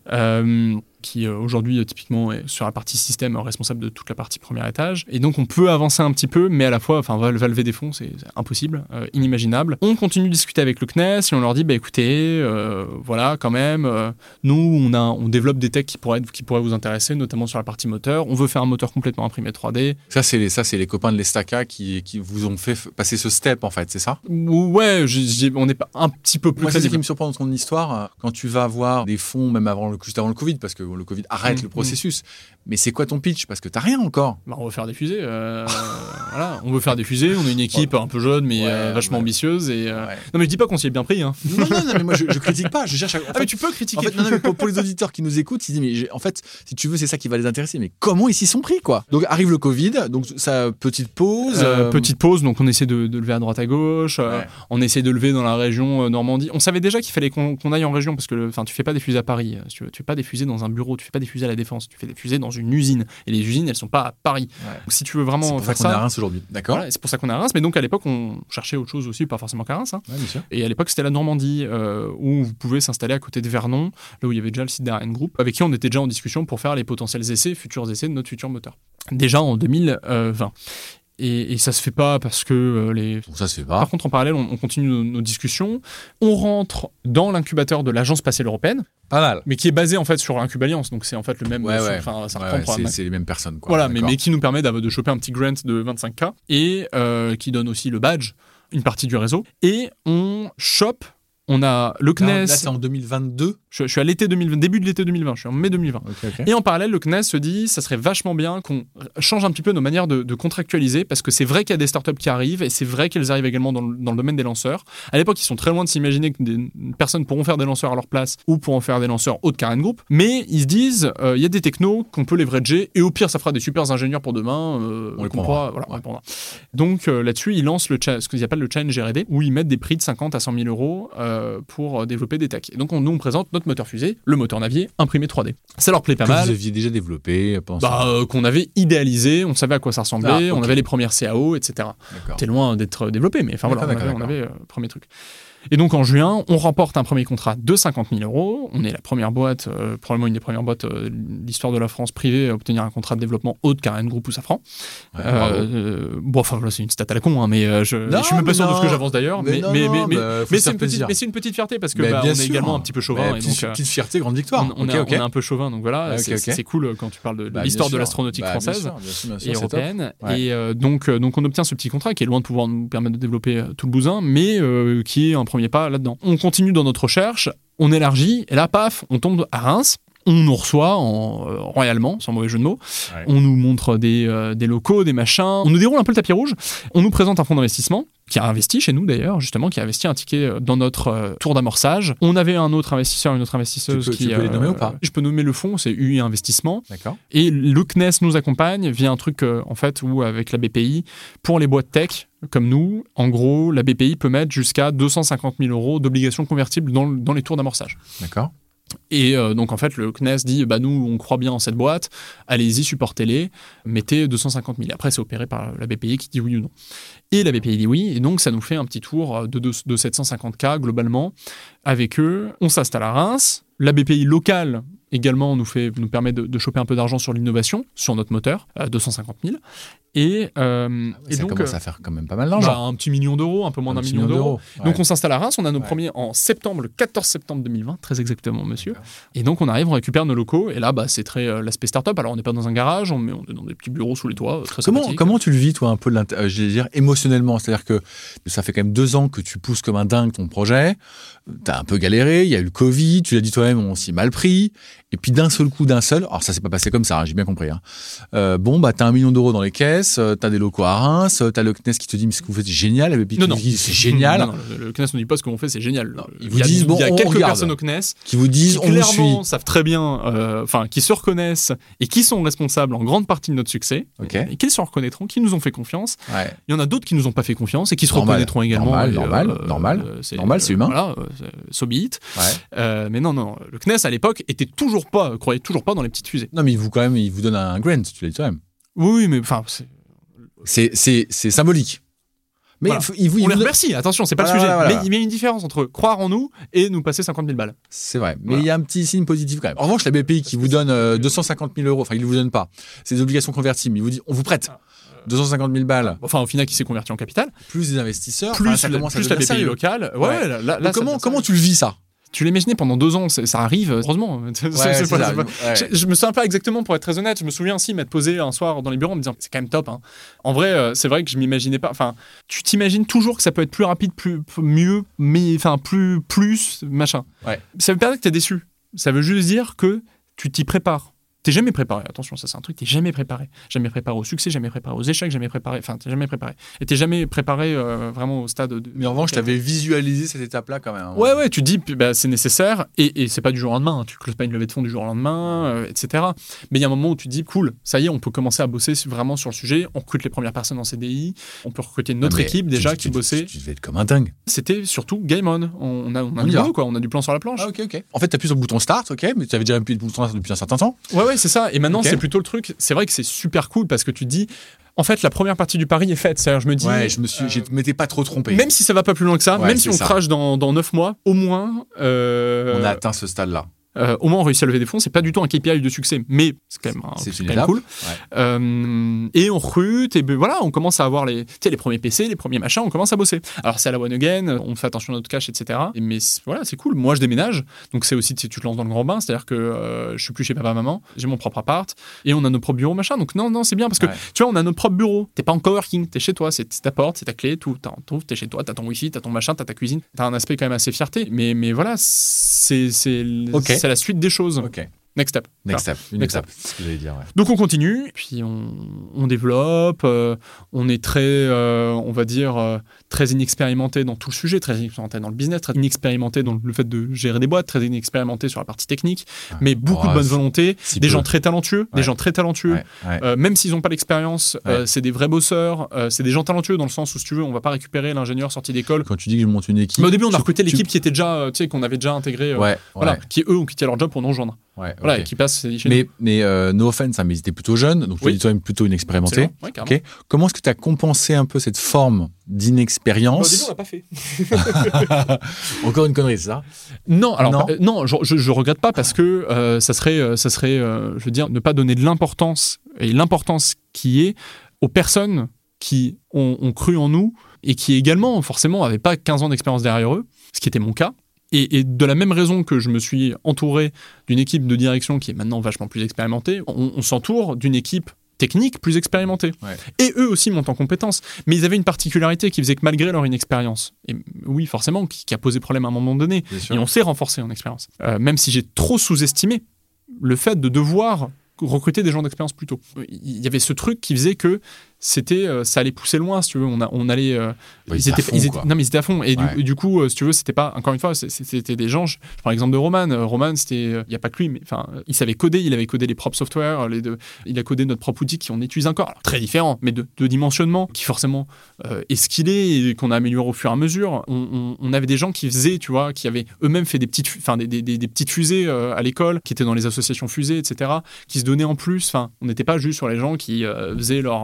euh, qui euh, aujourd'hui, euh, typiquement, est sur la partie système, euh, responsable de toute la partie premier étage. Et donc, on peut avancer un petit peu, mais à la fois, enfin, va, va lever des fonds, c'est, c'est impossible, euh, inimaginable. On continue de discuter avec le C N E S et on leur dit, bah, écoutez, euh, voilà, quand même, euh, nous, on, a, on développe des techs qui pourraient, être, qui pourraient vous intéresser, notamment sur la partie moteur. On veut faire un moteur complètement imprimé trois D. Ça, c'est les, ça, c'est les copains de l'Estaca qui, qui vous ont fait passer ce step, en fait, c'est ça? Ouais, j'ai, j'ai, on est pas un petit peu plus... Moi, c'est ce qui me surprend dans ton histoire, quand tu vas avoir des fonds, même avant le, juste avant le Covid, parce que le Covid arrête mmh, le processus. Mmh. Mais c'est quoi ton pitch? Parce que t'as rien encore. Bah, on veut faire des fusées. Euh, voilà, on veut faire des fusées. On est une équipe ouais. un peu jeune, mais ouais, euh, vachement ouais. ambitieuse. Et, euh... ouais. Non, mais je dis pas qu'on s'y est bien pris. Hein. Non, non, non, mais moi, je, je critique pas. Je cherche à... en ah, fait, mais tu peux critiquer. En fait, non, non, mais pour, pour les auditeurs qui nous écoutent, ils disent, mais j'ai... en fait, si tu veux, c'est ça qui va les intéresser. Mais comment ils s'y sont pris, quoi? Donc, arrive le Covid. Donc, ça, petite pause. Euh, euh... Petite pause. Donc, on essaie de, de lever à droite à gauche. Ouais. Euh, on essaie de lever dans la région euh, Normandie. On savait déjà qu'il fallait qu'on, qu'on aille en région parce que, enfin, tu fais pas des fusées à Paris. Tu, tu fais pas des fusées dans un bureau. Tu fais pas des fusées à la Défense. Tu fais des fusées dans une usine. Et les usines, elles sont pas à Paris. Ouais. Donc, si tu veux vraiment c'est pour faire ça qu'on ça, est à Reims aujourd'hui. D'accord. Voilà, c'est pour ça qu'on est à Reims. Mais donc, à l'époque, on cherchait autre chose aussi, pas forcément qu'à Reims. Hein. Ouais, bien sûr. Et à l'époque, c'était la Normandie, euh, où vous pouvez s'installer à côté de Vernon, là où il y avait déjà le site d'Ariane Group, avec qui on était déjà en discussion pour faire les potentiels essais, futurs essais de notre futur moteur. Déjà en deux mille vingt. Et, et ça se fait pas parce que euh, les. Ça se fait pas. Par contre, en parallèle, on, on continue nos, nos discussions. On rentre dans l'incubateur de l'Agence spatiale européenne. Pas mal. Mais qui est basé en fait sur Incubaliance, donc c'est en fait le même. Ouais, ouais. Enfin, ça ouais, reprend ouais, c'est, c'est les mêmes personnes, quoi. Voilà, mais, mais qui nous permet de, de choper un petit grant de vingt-cinq K et euh, qui donne aussi le badge, une partie du réseau. Et on chope. On a le C N E S. Là, c'est en deux mille vingt-deux. Je, je suis à l'été deux mille vingt, début de l'été deux mille vingt. Je suis en mai deux mille vingt. Okay, okay. Et en parallèle, le C N E S se dit, ça serait vachement bien qu'on change un petit peu nos manières de, de contractualiser, parce que c'est vrai qu'il y a des startups qui arrivent, et c'est vrai qu'elles arrivent également dans le, dans le domaine des lanceurs. À l'époque, ils sont très loin de s'imaginer que des personnes pourront faire des lanceurs à leur place ou pourront faire des lanceurs autres qu'Ariane Group. Mais ils se disent, il euh, y a des technos qu'on peut leverager, et au pire, ça fera des super ingénieurs pour demain. Euh, on les pourra, voilà, ouais. on Donc euh, là-dessus, ils lancent le, ce qu'ils appellent le Challenge R et D, où ils mettent des prix de cinquante à cent mille euros euh, pour des développer des techs. Et donc, on, nous, on présente notre moteur fusée, le moteur Navier, imprimé trois D. Ça leur plaît pas que mal. Vous aviez déjà développé, bah, euh, qu'on avait idéalisé, on savait à quoi ça ressemblait, ah, okay. on avait les premières C A O, et cetera. C'était loin d'être développé, mais enfin voilà, on avait, on avait euh, premier truc. Et donc en juin, on remporte un premier contrat de cinquante mille euros. On est la première boîte, euh, probablement une des premières boîtes euh, de l'histoire de la France privée à obtenir un contrat de développement haut de Ariane Group ou Safran. Ouais, euh, euh, bon, enfin voilà, c'est une stat à la con, hein, mais euh, je, non, je suis même pas sûr non. de ce que j'avance d'ailleurs. Mais, mais, non, mais, mais, bah, mais, c'est une petite, mais c'est une petite fierté parce que bah, on est également un petit peu chauvin. Bah, et donc, petite fierté, grande victoire. On, on, okay, est, okay. on est un peu chauvin, donc voilà, okay, c'est, okay. c'est cool quand tu parles de bah, l'histoire sûr. de l'astronautique bah, française bien sûr, bien sûr, bien sûr, et européenne. Ouais. Et euh, donc, euh, donc on obtient ce petit contrat qui est loin de pouvoir nous permettre de développer tout le bousin, mais euh, qui est un premier pas là-dedans. On continue dans notre recherche, on élargit, et là, paf, on tombe à Reims. On nous reçoit en, euh, royalement, sans mauvais jeu de mots. Ouais. On nous montre des, euh, des locaux, des machins. On nous déroule un peu le tapis rouge. On nous présente un fonds d'investissement qui a investi chez nous d'ailleurs, justement, qui a investi un ticket dans notre euh, tour d'amorçage. On avait un autre investisseur, une autre investisseuse tu peux, qui... Tu peux les nommer euh, ou pas? Je peux nommer le fonds, c'est U I Investissement. D'accord. Et le C N E S nous accompagne via un truc, euh, en fait, où avec la B P I, pour les boîtes tech, comme nous, en gros, la B P I peut mettre jusqu'à deux cent cinquante mille euros d'obligations convertibles dans, dans les tours d'amorçage. D'accord. Et euh, donc, en fait, le C N E S dit, bah, nous, on croit bien en cette boîte, allez-y, supportez-les, mettez deux cent cinquante mille. Après, c'est opéré par la B P I qui dit oui ou non. Et la B P I dit oui, et donc, ça nous fait un petit tour de, de, de sept cent cinquante K globalement avec eux. On s'installe à Reims. La B P I locale, également, nous, fait, nous permet de, de choper un peu d'argent sur l'innovation, sur notre moteur, à deux cent cinquante mille. Et, euh, ah ouais, et ça donc, commence à faire quand même pas mal d'argent. Bah, un petit million d'euros, un peu moins un d'un million, million d'euros. d'euros. Ouais. Donc on s'installe à Reims, on a nos ouais. premiers en septembre, le quatorze septembre deux mille vingt, très exactement, monsieur. D'accord. Et donc on arrive, on récupère nos locaux, et là, bah, c'est très euh, l'aspect start-up. Alors on n'est pas dans un garage, on, met, on est dans des petits bureaux sous les toits, très comment, comment tu le vis, toi, un peu, euh, je vais dire, émotionnellement? C'est-à-dire que ça fait quand même deux ans que tu pousses comme un dingue ton projet, t'as un peu galéré, il y a eu le Covid, tu l'as dit toi-même, on s'y est mal pris, et puis d'un seul coup, d'un seul, alors ça s'est pas passé comme ça, hein, j'ai bien compris. Hein. Euh, bon, bah t'as un million d'euros dans les caisses, t'as des locaux à Reims, t'as le C N E S qui te dit mais ce que vous faites c'est génial, et puis non, non. Dit, c'est génial. Non, non, le C N E S ne dit pas ce qu'on fait, c'est génial. Non, ils vous disent, bon, il y a on quelques regarde. personnes au C N E S qui vous disent, qui on clairement suit. savent très bien, enfin, euh, qui se reconnaissent et qui sont responsables en grande partie de notre succès, okay. et qui se reconnaîtront, qui nous ont fait confiance. Ouais. Il y en a d'autres qui nous ont pas fait confiance et qui se normal. reconnaîtront également. Normal, et, normal, euh, normal, euh, c'est, normal, c'est humain. Voilà, euh, so be it. Ouais. Euh, mais non, non, le C N E S à l'époque était toujours pas, croyait toujours pas dans les petites fusées. Non, mais il vous quand même, il vous donne un grant, tu l'as dit toi-même. Oui, mais enfin, c'est... C'est, c'est, c'est symbolique. Mais voilà. il, il, on il les vous... remercie, attention, c'est pas voilà, le sujet. Voilà, voilà. Mais il y a une différence entre croire en nous et nous passer cinquante mille balles. C'est vrai, mais voilà. Il y a un petit signe positif quand même. En revanche, la B P I qui vous donne euh, deux cent cinquante mille euros, enfin, il ne vous donne pas, c'est des obligations convertibles, il vous dit, on vous prête deux cent cinquante mille balles. Enfin, au final, qui s'est converti en capital. Plus des investisseurs, plus, enfin, ça la, commence plus à la B P I sérieux. locale. Ouais, ouais. Là, là, comment ça comment tu le vis ça? Tu l'imaginais pendant deux ans, ça arrive, heureusement. Ouais, c'est c'est pas, ça, pas... Ouais. Je, je me souviens pas exactement, pour être très honnête. Je me souviens aussi m'être posé un soir dans les bureaux en me disant c'est quand même top. Hein. En vrai, euh, c'est vrai que je m'imaginais pas. Enfin, tu t'imagines toujours que ça peut être plus rapide, plus, plus mieux, mais enfin plus, plus machin. Ouais. Ça veut pas dire que t'es déçu. Ça veut juste dire que tu t'y prépares. T'es jamais préparé, attention, ça c'est un truc, t'es jamais préparé. Jamais préparé au succès, jamais préparé aux échecs, jamais préparé, enfin t'es jamais préparé. Et t'es jamais préparé euh, vraiment au stade de... Mais en revanche, t'avais visualisé cette étape-là quand même. Hein. Ouais, ouais, tu te dis, bah, c'est nécessaire, et, et c'est pas du jour au lendemain, hein. Tu closes pas une levée de fonds du jour au lendemain, euh, et cetera. Mais il y a un moment où tu te dis, cool, ça y est, on peut commencer à bosser vraiment sur le sujet, on recrute les premières personnes en C D I, on peut recruter notre équipe déjà tu, qui tu, bossait. Tu, tu devais être comme un dingue. C'était surtout game on, on a, on a, on du boulot, quoi, on a du plan sur la planche. Ah, ok, ok. En fait, t'appuies sur le bouton start, ok, mais tu avais déjà appuyé le bouton start depuis un certain temps. Ouais, ouais, c'est ça, et maintenant, okay. c'est plutôt le truc, c'est vrai que c'est super cool parce que tu te dis, en fait, la première partie du pari est faite. C'est-à-dire, je me dis, ouais, je me suis, euh, je m'étais pas trop trompé. Même si ça va pas plus loin que ça, ouais, même si on ça. crache dans, dans neuf mois, au moins, euh, on a atteint ce stade-là. Euh, au moins on réussit à lever des fonds, c'est pas du tout un K P I de succès, mais c'est quand même, un, c'est c'est quand même cool. Ouais. Euh, et on recrute, et ben voilà, on commence à avoir les, tu sais, les premiers P C, les premiers machins, on commence à bosser. Alors c'est à la one again, on fait attention à notre cash, et cetera. Et, mais c'est, voilà, c'est cool. Moi je déménage, donc c'est aussi, tu sais, tu te lances dans le grand bain, c'est-à-dire que euh, je suis plus chez papa maman, j'ai mon propre appart, et on a nos propres bureaux, machin. Donc non, non, c'est bien parce que ouais. tu vois, on a notre propre bureau. T'es pas en coworking, t'es chez toi, c'est, c'est ta porte, c'est ta clé, tout. T'es chez toi, t'as ton wifi, t'as ton machin, t'as ta cuisine. T'as un aspect quand même assez fierté. Mais, mais voilà, c'est, c'est, okay. c'est la suite des choses. Ok. Next step. Next step. Une Next step. C'est ce que j'allais dire. Ouais. Donc on continue, puis on, on développe. Euh, on est très, euh, on va dire, euh, très inexpérimenté dans tout le sujet, très inexpérimenté dans le business, très inexpérimenté dans le fait de gérer des boîtes, très inexpérimenté sur la partie technique, ouais. mais beaucoup oh, de bonne volonté, si des peu. gens très talentueux, ouais. des gens très talentueux. Ouais. Ouais. Euh, même s'ils n'ont pas l'expérience, ouais. euh, c'est des vrais bosseurs. Euh, c'est des gens talentueux dans le sens où, si tu veux, on va pas récupérer l'ingénieur sorti d'école. Quand tu dis que je monte une équipe. Mais au début, on a recruté tu, l'équipe tu... qui était déjà, tu sais, qu'on avait déjà intégré, euh, ouais. voilà, ouais. qui eux ont quitté leur job pour nous rejoindre. Ouais, voilà, okay. et qui passe chez mais, nous. Mais euh, no offense, hein, mais ils étaient plutôt jeunes, donc tu oui. es toi-même plutôt inexpérimenté. Ouais, okay. Comment est-ce que tu as compensé un peu cette forme d'inexpérience? Au début, on l'a pas fait. Encore une connerie, c'est ça? Non, alors non, euh, non je, je, je regrette pas parce que euh, ça serait, ça serait euh, je veux dire, ne pas donner de l'importance et l'importance qui est aux personnes qui ont, ont cru en nous et qui également, forcément, n'avaient pas quinze ans d'expérience derrière eux, ce qui était mon cas. Et, et de la même raison que je me suis entouré d'une équipe de direction qui est maintenant vachement plus expérimentée, on, on s'entoure d'une équipe technique plus expérimentée. Ouais. Et eux aussi montent en compétences. Mais ils avaient une particularité qui faisait que malgré leur inexpérience, et oui, forcément, qui, qui a posé problème à un moment donné, et on s'est renforcé en expérience. Euh, même si j'ai trop sous-estimé le fait de devoir recruter des gens d'expérience plus tôt. Il y avait ce truc qui faisait que c'était, euh, ça allait pousser loin, si tu veux. On, a, on allait. Euh, ouais, ils, étaient, fond, ils étaient, non, mais ils étaient à fond. Et ouais. du, du coup, euh, si tu veux, c'était pas. Encore une fois, c'était des gens. Je, je prends l'exemple de Roman. Euh, Roman, c'était. Il euh, n'y a pas que lui, mais enfin, il savait coder. Il avait codé les propres software. Les deux, il a codé notre propre outil qu'on utilise encore. Alors, très différent, mais de, de dimensionnement, qui forcément euh, est ce qu'il est et qu'on a amélioré au fur et à mesure. On, on, on avait des gens qui faisaient, tu vois, qui avaient eux-mêmes fait des petites, enfin, des, des, des, des petites fusées euh, à l'école, qui étaient dans les associations fusées, et cetera, qui se donnaient en plus. Enfin, on n'était pas juste sur les gens qui euh, faisaient leur, leur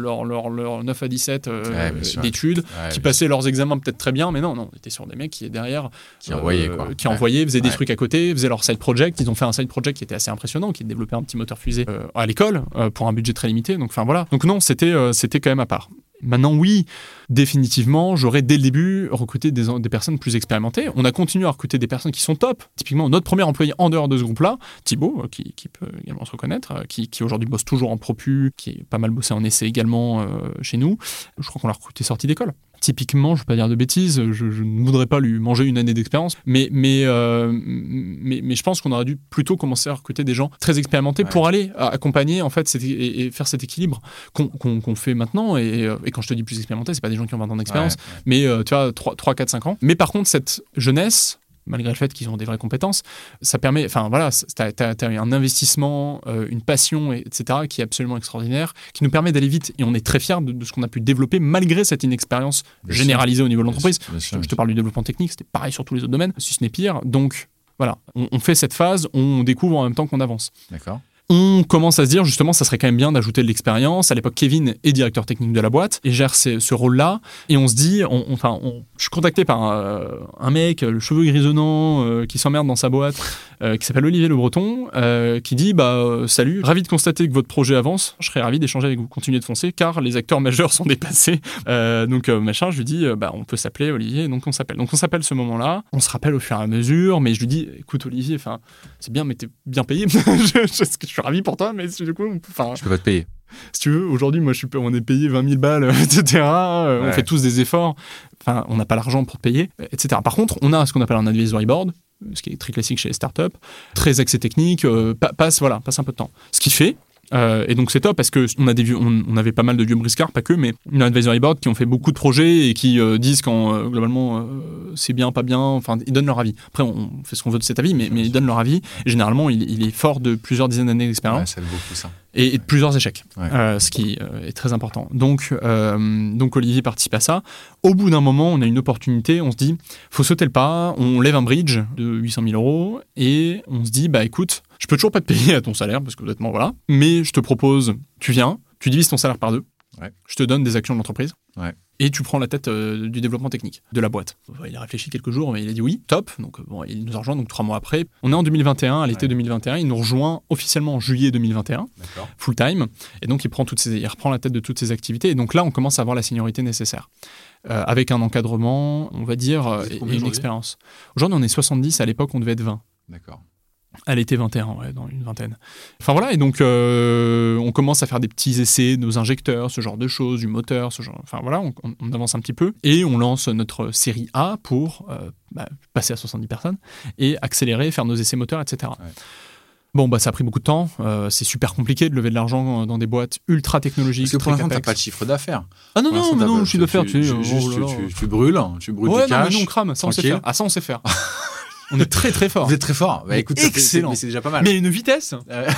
leur, leur, leur neuf à dix-sept euh, ouais, d'études, ouais, qui passaient leurs examens peut-être très bien, mais non, non, on était sur des mecs qui, derrière, qui envoyaient, euh, quoi. qui ouais. envoyaient, faisaient ouais. des trucs à côté, faisaient leur side project. Ils ont fait un side project qui était assez impressionnant, qui développait un petit moteur fusée euh, à l'école, euh, pour un budget très limité. Donc, enfin, voilà. Donc, non, c'était, euh, c'était quand même à part. Maintenant, oui, définitivement, j'aurais dès le début recruté des, des personnes plus expérimentées. On a continué à recruter des personnes qui sont top. Typiquement, notre premier employé en dehors de ce groupe-là, Thibaut, qui, qui peut également se reconnaître, qui, qui aujourd'hui bosse toujours en propu, qui est pas mal bossé en essai également euh, chez nous. Je crois qu'on l'a recruté sorti d'école. Typiquement, je ne vais pas dire de bêtises, je, je ne voudrais pas lui manger une année d'expérience, mais, mais, euh, mais, mais je pense qu'on aurait dû plutôt commencer à recruter des gens très expérimentés ouais. pour aller accompagner en fait, cet, et, et faire cet équilibre qu'on, qu'on, qu'on fait maintenant. Et, et quand je te dis plus expérimentés, ce n'est pas des gens qui ont vingt ans d'expérience, ouais, ouais. mais euh, tu vois, trois, quatre, cinq ans. Mais par contre, cette jeunesse, malgré le fait qu'ils ont des vraies compétences, ça permet, enfin voilà, t'as, t'as, t'as un investissement, euh, une passion, et cetera, qui est absolument extraordinaire, qui nous permet d'aller vite, et on est très fiers de, de ce qu'on a pu développer malgré cette inexpérience bien généralisée sûr. Au niveau de l'entreprise. Bien sûr, bien sûr. Je te parle du développement technique, c'était pareil sur tous les autres domaines, si ce n'est pire. Donc voilà, on, on fait cette phase, on découvre en même temps qu'on avance. D'accord. On commence à se dire justement ça serait quand même bien d'ajouter de l'expérience. À l'époque, Kevin est directeur technique de la boîte et gère ce, ce rôle-là. Et on se dit, on, on, enfin, on, je suis contacté par un, un mec, le cheveu grisonnant, euh, qui s'emmerde dans sa boîte, euh, qui s'appelle Olivier Le Breton, euh, qui dit bah euh, salut, ravi de constater que votre projet avance. Je serais ravi d'échanger avec vous, continuez de foncer car les acteurs majeurs sont dépassés. Euh, donc euh, machin, je lui dis euh, bah on peut s'appeler Olivier, donc on s'appelle. Donc on s'appelle ce moment-là. On se rappelle au fur et à mesure, mais je lui dis écoute Olivier, enfin c'est bien, mais t'es bien payé. je, je, je, je suis ravi pour toi, mais du coup, enfin, je peux pas te payer. Si tu veux, aujourd'hui, moi, je suis, on est payé vingt mille balles, et cetera. Ouais. On fait tous des efforts. Enfin, on n'a pas l'argent pour te payer, et cetera. Par contre, on a ce qu'on appelle un advisory board, ce qui est très classique chez les startups, très axé technique, euh, passe, voilà, passe un peu de temps. Ce qui fait. Euh, et donc c'est top parce que on a des vieux, on, on avait pas mal de vieux briscards, pas que, mais une advisory board qui ont fait beaucoup de projets et qui euh, disent quand euh, globalement euh, c'est bien, pas bien, enfin ils donnent leur avis. Après on, on fait ce qu'on veut de cet avis, mais, mais ils donnent leur avis. Et généralement il, il est fort de plusieurs dizaines d'années d'expérience. Ouais, ça vaut beaucoup ça. Et, et de plusieurs échecs, ouais. euh, ce qui euh, est très important. Donc, euh, donc Olivier participe à ça. Au bout d'un moment, on a une opportunité, on se dit, faut sauter le pas, on lève un bridge de huit cent mille euros et on se dit, bah écoute, je peux toujours pas te payer à ton salaire, parce que honnêtement, voilà, mais je te propose, tu viens, tu divises ton salaire par deux, ouais. je te donne des actions de l'entreprise. Ouais. Et tu prends la tête euh, du développement technique de la boîte. Il a réfléchi quelques jours, mais il a dit oui, top. Donc bon, il nous a rejoint donc trois mois après. On est en deux mille vingt et un, à l'été ouais. deux mille vingt et un. Il nous rejoint officiellement en juillet deux mille vingt et un, D'accord. full time. Et donc il prend toutes ses, il reprend la tête de toutes ses activités. Et donc là, on commence à avoir la seniorité nécessaire, euh, avec un encadrement, on va dire, euh, et, et une expérience. Aujourd'hui, on est soixante-dix. À l'époque, on devait être vingt. D'accord. À l'été vingt et un, ouais, dans une vingtaine. Enfin voilà, et donc euh, on commence à faire des petits essais de nos injecteurs, ce genre de choses, du moteur, ce genre. Enfin voilà, on, on avance un petit peu et on lance notre série A pour euh, bah, passer à soixante-dix personnes et accélérer, faire nos essais moteurs, et cetera. Ouais. Bon, bah ça a pris beaucoup de temps. Euh, c'est super compliqué de lever de l'argent dans des boîtes ultra technologiques. Parce que pour l'instant, t'as pas de chiffre d'affaires. Ah non, non, mais non, le chiffre d'affaires, tu sais. Juste, oh tu, tu, tu brûles, tu brûles ouais, du cash. Ouais, non, mais nous on crame, ça on sait faire. Ah, ça on sait faire. On est très très fort. Vous êtes très fort. Bah, écoute, excellent. Mais c'est déjà pas mal. Mais une vitesse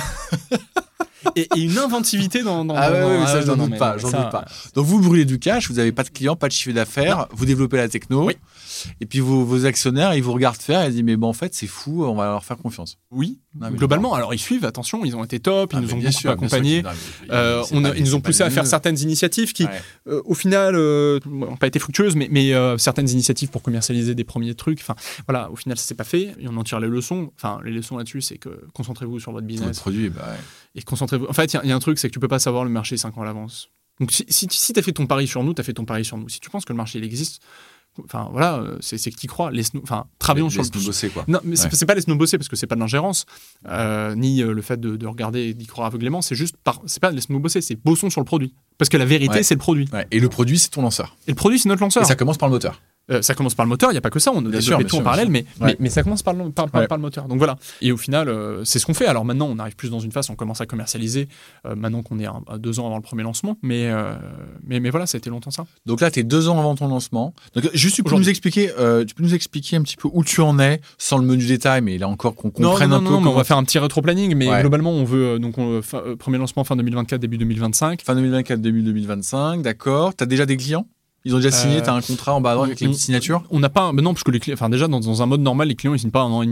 et, et une inventivité dans. dans ah ouais, dans, ouais, dans, ça ah, j'en non, doute pas. Non, j'en ça, doute pas. Donc vous brûlez du cash, vous n'avez pas de clients, pas de chiffre d'affaires, non. Vous développez la techno. Oui. Et puis vos, vos actionnaires, ils vous regardent faire et ils disent mais bon en fait c'est fou, on va leur faire confiance. Oui. Non, globalement, non. Alors ils suivent, attention, ils ont été top, ils ah, nous ont beaucoup sûr, accompagnés. Sûr euh, on a, ils nous ont poussé à faire certaines initiatives qui, ouais. euh, au final, n'ont euh, pas été fructueuses, mais, mais euh, certaines initiatives pour commercialiser des premiers trucs. Enfin, voilà, au final, ça s'est pas fait. Et on en tire les leçons. Enfin, les leçons là-dessus, c'est que concentrez-vous sur votre business. Votre produit, bah ouais. Et concentrez-vous. En fait, il y, y a un truc, c'est que tu peux pas savoir le marché cinq ans à l'avance. Donc, si, si, si tu as fait ton pari sur nous, tu as fait ton pari sur nous. Si tu penses que le marché il existe. Enfin voilà, c'est, c'est que tu y crois. Laisse-nous, enfin, travaillons laisse sur le. Laisse-nous bosser quoi. Non, mais ouais. c'est, c'est pas laisse-nous bosser parce que c'est pas de l'ingérence, euh, ni euh, le fait de, de regarder et d'y croire aveuglément. C'est juste, par, c'est pas laisse-nous bosser, c'est bossons sur le produit. Parce que la vérité, ouais. c'est le produit. Ouais. Et le produit, c'est ton lanceur. Et le produit, c'est notre lanceur. Et ça commence par le moteur. Euh, ça commence par le moteur, il n'y a pas que ça, on a développé tout en parallèle, mais, ouais. mais, mais ça commence par le, par, par, ouais. par le moteur. Donc voilà. Et au final, euh, c'est ce qu'on fait. Alors maintenant, on arrive plus dans une phase, on commence à commercialiser, euh, maintenant qu'on est à, à deux ans avant le premier lancement. Mais, euh, mais, mais voilà, ça a été longtemps ça. Donc là, tu es deux ans avant ton lancement. Donc juste, tu peux, nous expliquer, euh, tu peux nous expliquer un petit peu où tu en es, sans le menu détail, mais là encore qu'on comprenne non, non, un non, peu. Non, comment... on va faire un petit rétro-planning, mais ouais. globalement, on veut, donc, on, fin, euh, premier lancement fin deux mille vingt-quatre, début deux mille vingt-cinq. Fin deux mille vingt-quatre, début deux mille vingt-cinq, d'accord. Tu as déjà des clients ? Ils ont déjà signé, euh, tu as un contrat en bas à droite avec les petites signatures ? On n'a pas, mais non, parce que les clients, enfin déjà dans, dans un mode normal, les clients ils signent pas un an et demi avant.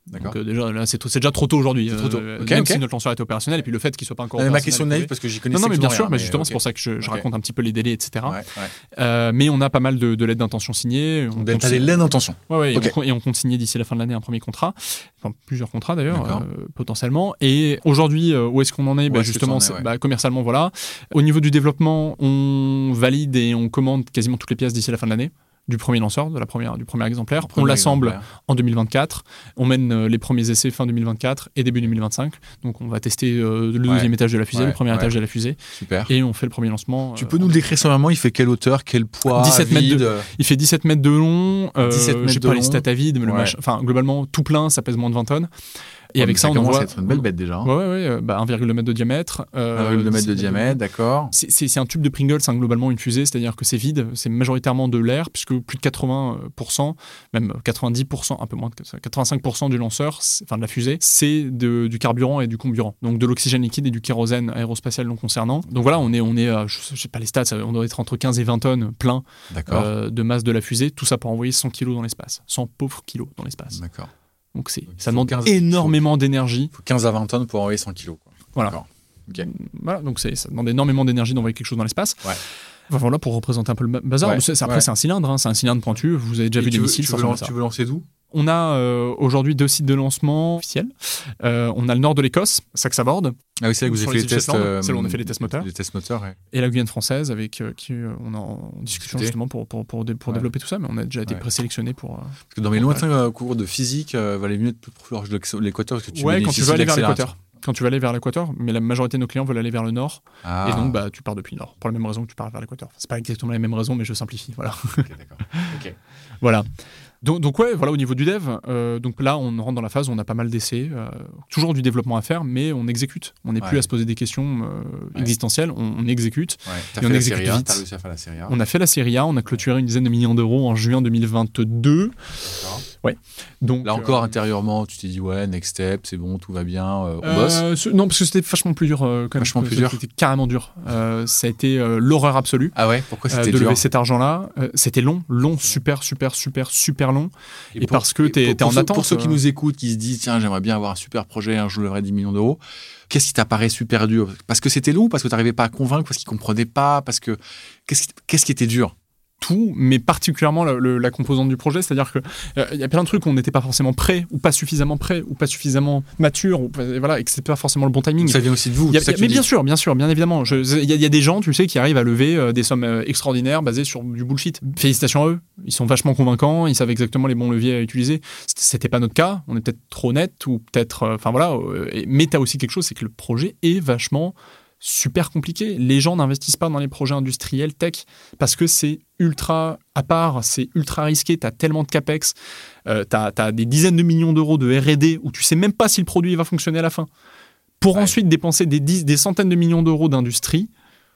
D'accord. Donc euh, déjà, là, c'est, c'est déjà trop tôt aujourd'hui. C'est trop tôt. Euh, Okay, même okay. si notre lanceur est opérationnel, et puis le fait qu'il ne soit pas encore euh, opérationnel. Ma question naïve, parce que j'y connais Non, non, mais bien sûr, rien, mais justement, okay. c'est pour ça que je, je okay. raconte un petit peu les délais, et cetera. Ouais, ouais. Euh, mais on a pas mal de, de lettres d'intention signées. On a des lettres d'intention. Ouais, ouais, okay. et, on, et on compte signer d'ici la fin de l'année un premier contrat, enfin plusieurs contrats d'ailleurs, euh, potentiellement. Et aujourd'hui, euh, où est-ce qu'on en est? Bah, Justement, est, ouais. bah, commercialement, voilà. Au niveau du développement, on valide et on commande quasiment toutes les pièces d'ici la fin de l'année. Du premier lanceur, de la première, du premier exemplaire. Premier on l'assemble exemplaire. En deux mille vingt-quatre. On mène euh, les premiers essais fin deux mille vingt-quatre et début deux mille vingt-cinq. Donc on va tester euh, le deuxième ouais. étage de la fusée, ouais. le premier ouais. étage de la fusée. Super. Et on fait le premier lancement. Tu euh, peux nous le décrire sommairement? Il fait quelle hauteur, quel poids? dix-sept mètres de, Il fait dix-sept mètres de long. Euh, dix-sept mètres je sais pas long. Les stats à vide, mais ouais. le mach... enfin globalement tout plein, ça pèse moins de vingt tonnes. Et ouais, avec ça, ça on envoie. Ça être une belle bête déjà. Ouais, ouais, ouais. Bah, un virgule deux mètre de diamètre. Euh, un virgule deux mètre de diamètre, d'accord. C'est, c'est, c'est un tube de Pringles, hein, globalement une fusée, c'est-à-dire que c'est vide, c'est majoritairement de l'air, puisque plus de quatre-vingts pour cent, même quatre-vingt-dix pour cent, un peu moins de quatre-vingt-cinq pour cent du lanceur, enfin de la fusée, c'est de, du carburant et du comburant. Donc de l'oxygène liquide et du kérosène aérospatial non concernant. Donc voilà, on est, on est euh, je ne sais pas les stats, on doit être entre quinze et vingt tonnes plein euh, de masse de la fusée, tout ça pour envoyer cent kilos dans l'espace, cent pauvres kilos dans l'espace. D'accord. Donc, c'est, Donc ça demande quinze, énormément faut, d'énergie. Il faut quinze à vingt tonnes pour envoyer cent kilos. Quoi. Voilà. D'accord. Okay. Voilà, donc c'est, ça demande énormément d'énergie d'envoyer quelque chose dans l'espace. Ouais. Enfin, voilà, pour représenter un peu le bazar. Ouais. C'est, après, ouais. c'est un cylindre, hein, c'est un cylindre pointu. Vous avez déjà et vu des missiles. Tu veux, lancer, tu veux lancer d'où? On a euh, aujourd'hui deux sites de lancement officiels. Euh, on a le nord de l'Écosse, Saxe-Savorde. Ah oui, c'est là que vous avez fait les tests. Euh, c'est là où on a fait les tests moteurs. Les tests moteurs, ouais. Et la Guyane française, avec euh, qui euh, on est en discussion justement pour, pour, pour, pour ouais. développer tout ça, mais on a déjà été ouais. présélectionné pour. Euh, parce que dans mes lointains euh, cours de physique, il euh, valait mieux être plus proche de l'équateur parce que tu ouais, quand tu veux aller vers l'équateur. Quand tu vas aller vers l'équateur, mais la majorité de nos clients veulent aller vers le nord, ah. et donc bah, tu pars depuis le nord, pour la même raison que tu pars vers l'équateur. C'est pas exactement la même raison, mais je simplifie. Voilà. Ok, d'accord. Okay. Voilà. Donc, donc ouais, voilà au niveau du dev. Euh, donc là, on rentre dans la phase où on a pas mal d'essais, euh, toujours du développement à faire, mais on exécute. On n'est ouais. plus à se poser des questions euh, ouais. existentielles. On, on exécute. Ouais. T'as et fait on la exécute série A, vite. T'as réussi à faire la série A. On a fait la série A. On a clôturé une dizaine de millions d'euros en juin deux mille vingt-deux. D'accord. Ouais. Donc là encore euh, intérieurement, tu t'es dit ouais, next step, c'est bon, tout va bien, euh, on euh, bosse. Ce, non, parce que c'était vachement plus dur. Euh, quand vachement même, plus dur. C'était carrément dur. Euh, ça a été euh, l'horreur absolue. Ah ouais. Pourquoi c'était euh, de dur lever cet argent-là. Euh, c'était long, long, super, super, super, super long. Et, et pour, parce que t'es, t'es en ceux, attente. Pour ceux qui nous écoutent, qui se disent tiens, j'aimerais bien avoir un super projet, un jour je leverai dix millions d'euros. Qu'est-ce qui t'apparaît super dur? Parce que c'était long, parce que t'arrivais pas à convaincre, parce qu'ils comprenaient pas, parce que qu'est-ce qui, qu'est-ce qui était dur? Tout, mais particulièrement la, le, la composante du projet, c'est-à-dire que il euh, y a plein de trucs où on n'était pas forcément prêt, ou pas suffisamment prêt, ou pas suffisamment mature, ou voilà, et que c'était pas forcément le bon timing. Ça vient aussi de vous. Y a, ça y a, mais bien sûr, bien sûr, bien évidemment. Il y, y a des gens, tu sais, qui arrivent à lever euh, des sommes euh, extraordinaires basées sur du bullshit. Félicitations à eux. Ils sont vachement convaincants. Ils savent exactement les bons leviers à utiliser. C'était pas notre cas. On est peut-être trop honnête, ou peut-être, enfin euh, voilà. Euh, et, mais t'as aussi quelque chose, c'est que le projet est vachement super compliqué. Les gens n'investissent pas dans les projets industriels tech parce que c'est ultra à part, c'est ultra risqué, t'as tellement de capex, euh, t'as, t'as des dizaines de millions d'euros de R et D où tu sais même pas si le produit va fonctionner à la fin. Pour ouais. ensuite dépenser des, dix, des centaines de millions d'euros d'industrie,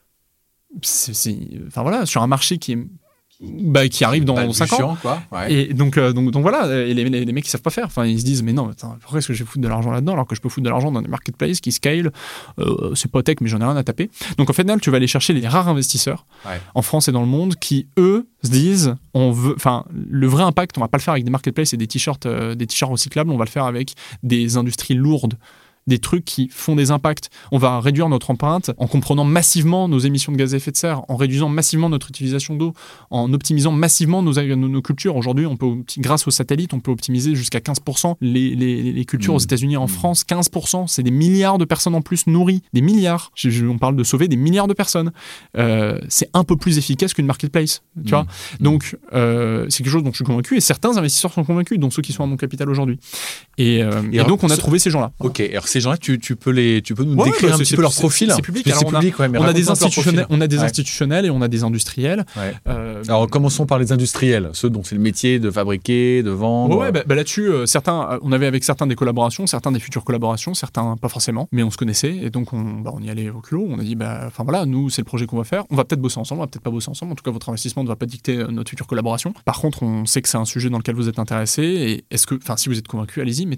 c'est, c'est, enfin voilà, sur un marché qui est Bah, qui arrive dans cinq ans. Quoi. Ouais. Et donc, euh, donc, donc voilà, et les, les, les mecs qui savent pas faire. Enfin, ils se disent, mais non, attends, pourquoi est-ce que je vais foutre de l'argent là-dedans alors que je peux foutre de l'argent dans des marketplaces qui scale euh, c'est pas tech, mais j'en ai rien à taper. Donc, en fait, tu vas aller chercher les rares investisseurs ouais. en France et dans le monde qui, eux, se disent, on veut, enfin, le vrai impact, on va pas le faire avec des marketplaces et des t-shirts, euh, des t-shirts recyclables, on va le faire avec des industries lourdes. Des trucs qui font des impacts. On va réduire notre empreinte en comprenant massivement nos émissions de gaz à effet de serre, en réduisant massivement notre utilisation d'eau, en optimisant massivement nos, nos, nos cultures. Aujourd'hui, on peut, grâce aux satellites, on peut optimiser jusqu'à quinze pour cent les, les, les cultures mmh. aux États-Unis et en mmh. France. quinze pour cent, c'est des milliards de personnes en plus nourries. Des milliards. Je, je, on parle de sauver des milliards de personnes. Euh, c'est un peu plus efficace qu'une marketplace. Tu mmh. vois Donc, euh, c'est quelque chose dont je suis convaincu et certains investisseurs sont convaincus, dont ceux qui sont à mon capital aujourd'hui. Et, euh, et, et alors, donc, on a trouvé ces gens-là. Ok, alors ces gens-là, tu, tu, peux, les, tu peux nous ouais, décrire bah, un petit peu leur profil. C'est, c'est public. Alors, on a, public, ouais, on a des institutionnels, on a des ouais. institutionnels et on a des industriels. Ouais. Euh, alors, commençons par les industriels, ceux dont c'est le métier de fabriquer, de vendre. Ouais, ouais bah, bah là-dessus, euh, certains, on avait avec certains des collaborations, certains des futures collaborations, certains pas forcément, mais on se connaissait et donc on, bah, on y allait au culot. On a dit, bah, enfin voilà, nous, c'est le projet qu'on va faire. On va peut-être bosser ensemble, on va peut-être pas bosser ensemble. En tout cas, votre investissement ne va pas dicter euh, notre future collaboration. Par contre, on sait que c'est un sujet dans lequel vous êtes intéressé et est-ce que, enfin, si vous êtes convaincu, allez-y, mettez.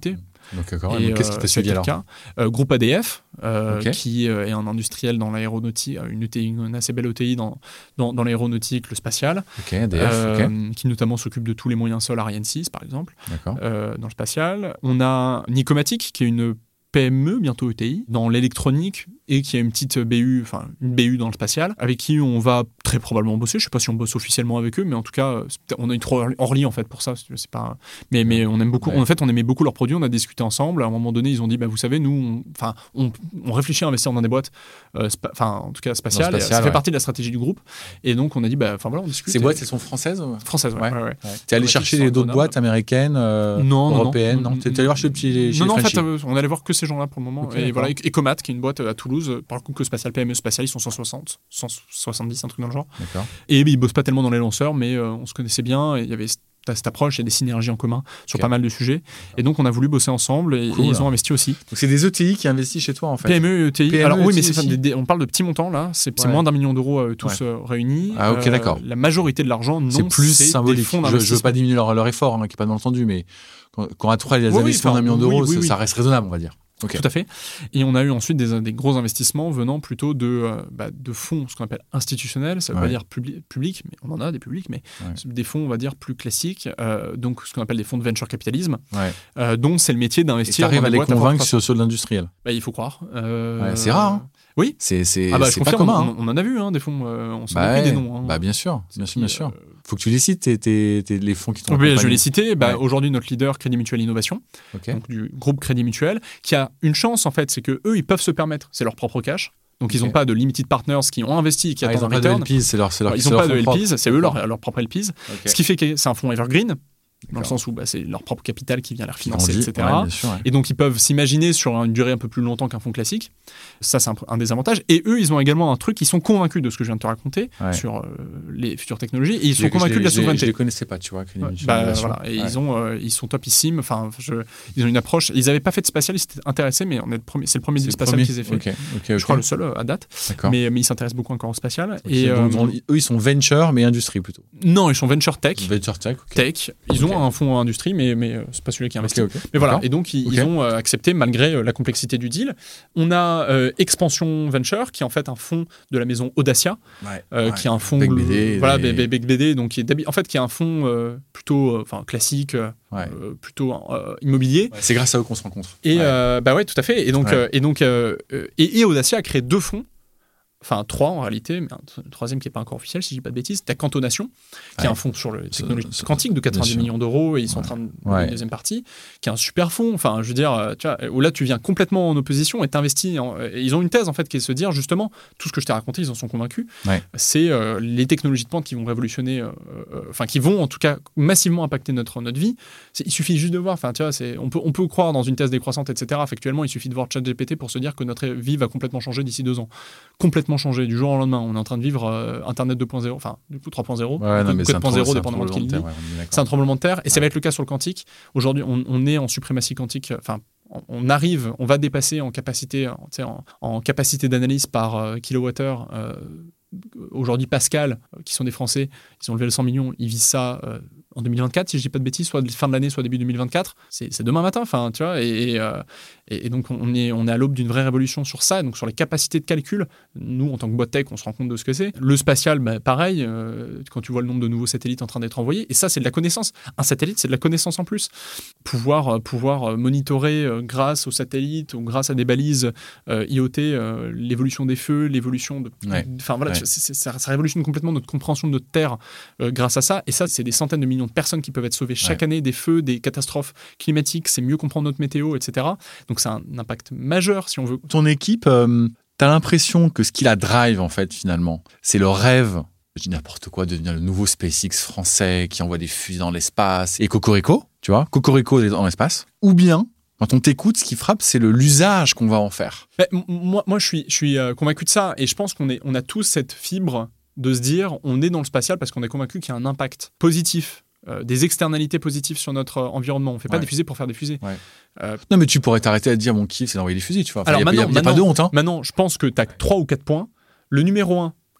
Donc, d'accord. Et, et donc, qu'est-ce qui t'a suivi alors euh, Groupe A D F, euh, okay. qui euh, est un industriel dans l'aéronautique, une, E T I, une assez belle E T I dans, dans, dans l'aéronautique, le spatial, okay, A D F, euh, okay. qui notamment s'occupe de tous les moyens sol Ariane six, par exemple, euh, dans le spatial. On a Nicomatic, qui est une P M E, bientôt E T I, dans l'électronique et qui a une petite B U, enfin une B U dans le spatial, avec qui on va très probablement bosser. Je sais pas si on bosse officiellement avec eux, mais en tout cas, on a une trop Orly en fait pour ça. C'est pas, mais mais on aime beaucoup. Ouais. En fait, on aimait beaucoup leurs produits. On a discuté ensemble. À un moment donné, ils ont dit, bah vous savez, nous, enfin, on, on, on réfléchit à investir dans des boîtes, enfin euh, en tout cas spatiales. Spatial, ça ouais. fait partie de la stratégie du groupe. Et donc on a dit, bah enfin voilà, on discute. Ces et... boîtes, elles sont françaises ou... Françaises, ouais. ouais. ouais, ouais. T'es allé chercher d'autres boîtes américaines, euh, non, européennes, non, non. T'es allé voir chez les petits. Non, non, en fait, on allait voir que ces gens-là pour le moment. Et voilà, Ecomat, qui est une boîte à Toulouse, par le coup que Spatial P M E Spatial, ils sont cent soixante, cent soixante-dix, un truc dans le genre. D'accord. Et ils bossent pas tellement dans les lanceurs, mais euh, on se connaissait bien. Il y avait cette approche, il y a des synergies en commun sur okay. pas mal de sujets. Et donc, on a voulu bosser ensemble et, cool, et ils ont investi aussi. Donc, c'est des E T I qui investissent chez toi, en fait. P M E, E T I. P M E, Alors, oui, E T I mais c'est, des, des, on parle de petits montants, là. C'est, ouais. c'est moins d'un million d'euros euh, tous ouais. euh, réunis. Ah, ok, euh, d'accord. La majorité de l'argent, non, c'est plus c'est symbolique. Des fonds je, je veux pas diminuer leur, leur effort, hein, qui n'est pas entendu, mais quand, quand à trois, les oui, investissements oui, d'un million d'euros, oui, oui, ça, oui. ça reste raisonnable, on va dire. Okay. Tout à fait. Et on a eu ensuite des, des gros investissements venant plutôt de, euh, bah, de fonds, ce qu'on appelle institutionnels. Ça ne veut ouais. pas dire publi- public, mais on en a des publics, mais ouais. des fonds, on va dire, plus classiques. Euh, donc, ce qu'on appelle des fonds de venture capitalisme, ouais. euh, dont c'est le métier d'investir. Et tu arrives à les convaincre sur, sur l'industriel. Bah, il faut croire. Euh, ouais, c'est rare, hein. Oui. C'est, c'est, ah bah, c'est pas commun. On, hein. on en a vu, hein, des fonds. Euh, on s'en bah a pris des noms. Hein. Bah, bien sûr, bien sûr, bien sûr. Euh, faut que tu les cites, t'es, t'es, t'es, les fonds qui t'ont Oui, je vais les citer. Bah, ouais. Aujourd'hui, notre leader, Crédit Mutuel Innovation, okay. donc du groupe Crédit Mutuel, qui a une chance, en fait, c'est qu'eux, ils peuvent se permettre, c'est leur propre cash. Donc, okay. ils n'ont pas de limited partners qui ont investi et qui ah, attendent un return. return. Ils n'ont pas de L Ps, c'est leur, c'est leur, ils n'ont pas de L Ps, c'est eux leur, leur propre L Ps. Okay. Ce qui fait que c'est un fonds evergreen. Dans le sens où bah, c'est leur propre capital qui vient les refinancer, dit, et cetera. Ouais, sûr, ouais. Et donc, ils peuvent s'imaginer sur une durée un peu plus longtemps qu'un fonds classique. Ça, c'est un, un des avantages. Et eux, ils ont également un truc, ils sont convaincus de ce que je viens de te raconter ouais. sur euh, les futures technologies. Et ils sont je, convaincus je de la souveraineté. Je ne les connaissais pas, tu vois. Ouais, bah, voilà. Et ouais. ils, ont, euh, ils sont topissimes. Enfin, je, ils ont une approche. Ils n'avaient pas fait de spatial, ils s'étaient intéressés, mais on est le premier, c'est le premier deal spatial qu'ils aient fait. Okay, okay, okay. Je crois le seul euh, à date. Mais, mais ils s'intéressent beaucoup encore au spatial. Okay, et, donc, euh, eux, ils sont venture, mais industrie plutôt. Non, ils sont venture tech. Venture tech. Tech. Ils ont un fonds industrie. Mais, mais euh, c'est pas celui qui investit. Okay, okay. Mais voilà, D'accord. et donc ils, okay. ils ont euh, accepté malgré euh, la complexité du deal. On a euh, Expansion Venture, qui est en fait un fonds de la maison Audacia, ouais, euh, ouais. qui est un fonds, Bec B D, voilà, des... Bec B D, donc qui est en fait qui est un fonds euh, plutôt, enfin euh, classique, euh, ouais. euh, plutôt euh, immobilier. Ouais, c'est grâce à eux qu'on se rencontre. Et ouais, euh, bah ouais, tout à fait. Et donc, ouais. euh, et donc, euh, et, et Audacia a créé deux fonds. Enfin, trois en réalité, mais un troisième qui n'est pas encore officiel, si je ne dis pas de bêtises. Tu as Cantonation, qui ouais. est un fonds sur les technologies ça, quantiques de quatre-vingt-dix millions d'euros, et ils sont ouais. en train de ouais. une deuxième partie, qui est un super fonds. Enfin, je veux dire, tu vois, où là, tu viens complètement en opposition et t'investis. En, et ils ont une thèse, en fait, qui est de se dire, justement, tout ce que je t'ai raconté, ils en sont convaincus. Ouais. C'est euh, les technologies de pointe qui vont révolutionner, enfin, euh, euh, qui vont, en tout cas, massivement impacter notre, notre vie. C'est, il suffit juste de voir, enfin, tu vois, c'est, on, peut, on peut croire dans une thèse décroissante, et cetera. Factuellement, il suffit de voir ChatGPT pour se dire que notre vie va complètement changer d'ici deux ans. Complètement changer, du jour au lendemain. On est en train de vivre euh, Internet deux point zéro, enfin du coup trois point zéro, ouais, non, quatre point zéro dépendamment de qui le dit. Ouais, c'est un tremblement de terre et ouais. ça va être le cas sur le quantique. Aujourd'hui, on, on est en suprématie quantique. Enfin, on, on arrive, on va dépasser en capacité, en, en, en capacité d'analyse par euh, kilowattheure. Euh, aujourd'hui, Pascal, euh, qui sont des Français, ils ont levé le cent millions, ils visent ça. Euh, en deux mille vingt-quatre, si je dis pas de bêtises, soit fin de l'année, soit début deux mille vingt-quatre. C'est, c'est demain matin, enfin, tu vois. Et, et, euh, et donc, on est, on est à l'aube d'une vraie révolution sur ça, donc sur les capacités de calcul. Nous, en tant que boîte tech, on se rend compte de ce que c'est. Le spatial, bah, pareil, euh, quand tu vois le nombre de nouveaux satellites en train d'être envoyés, et ça, c'est de la connaissance. Un satellite, c'est de la connaissance en plus. Pouvoir, euh, pouvoir monitorer euh, grâce aux satellites ou grâce à des balises euh, I O T, euh, l'évolution des feux, l'évolution de... Enfin, ouais. voilà, ouais. c'est, c'est, ça, ça révolutionne complètement notre compréhension de notre Terre euh, grâce à ça. Et ça, c'est des centaines de millions de personnes qui peuvent être sauvées chaque ouais. année des feux, des catastrophes climatiques, c'est mieux comprendre notre météo, et cetera. Donc c'est un impact majeur si on veut. Ton équipe, euh, t'as l'impression que ce qui la drive en fait finalement, c'est le rêve, je dis n'importe quoi, de devenir le nouveau SpaceX français qui envoie des fusées dans l'espace et Cocorico, tu vois, Cocorico dans l'espace, ou bien quand on t'écoute, ce qui frappe, c'est le, l'usage qu'on va en faire. Ben, moi, moi, je suis, je suis euh, convaincu de ça et je pense qu'on est, on a tous cette fibre de se dire on est dans le spatial parce qu'on est convaincu qu'il y a un impact positif. Euh, des externalités positives sur notre euh, environnement. On ne fait pas ouais. des fusées pour faire des fusées. Ouais. Euh, non, mais tu pourrais t'arrêter à te dire mon kiff, c'est d'envoyer des fusées, tu vois. Enfin, alors y a, maintenant, y a, y a maintenant, pas de honte. Hein. Maintenant, je pense que tu as trois ou quatre points. Le numéro un,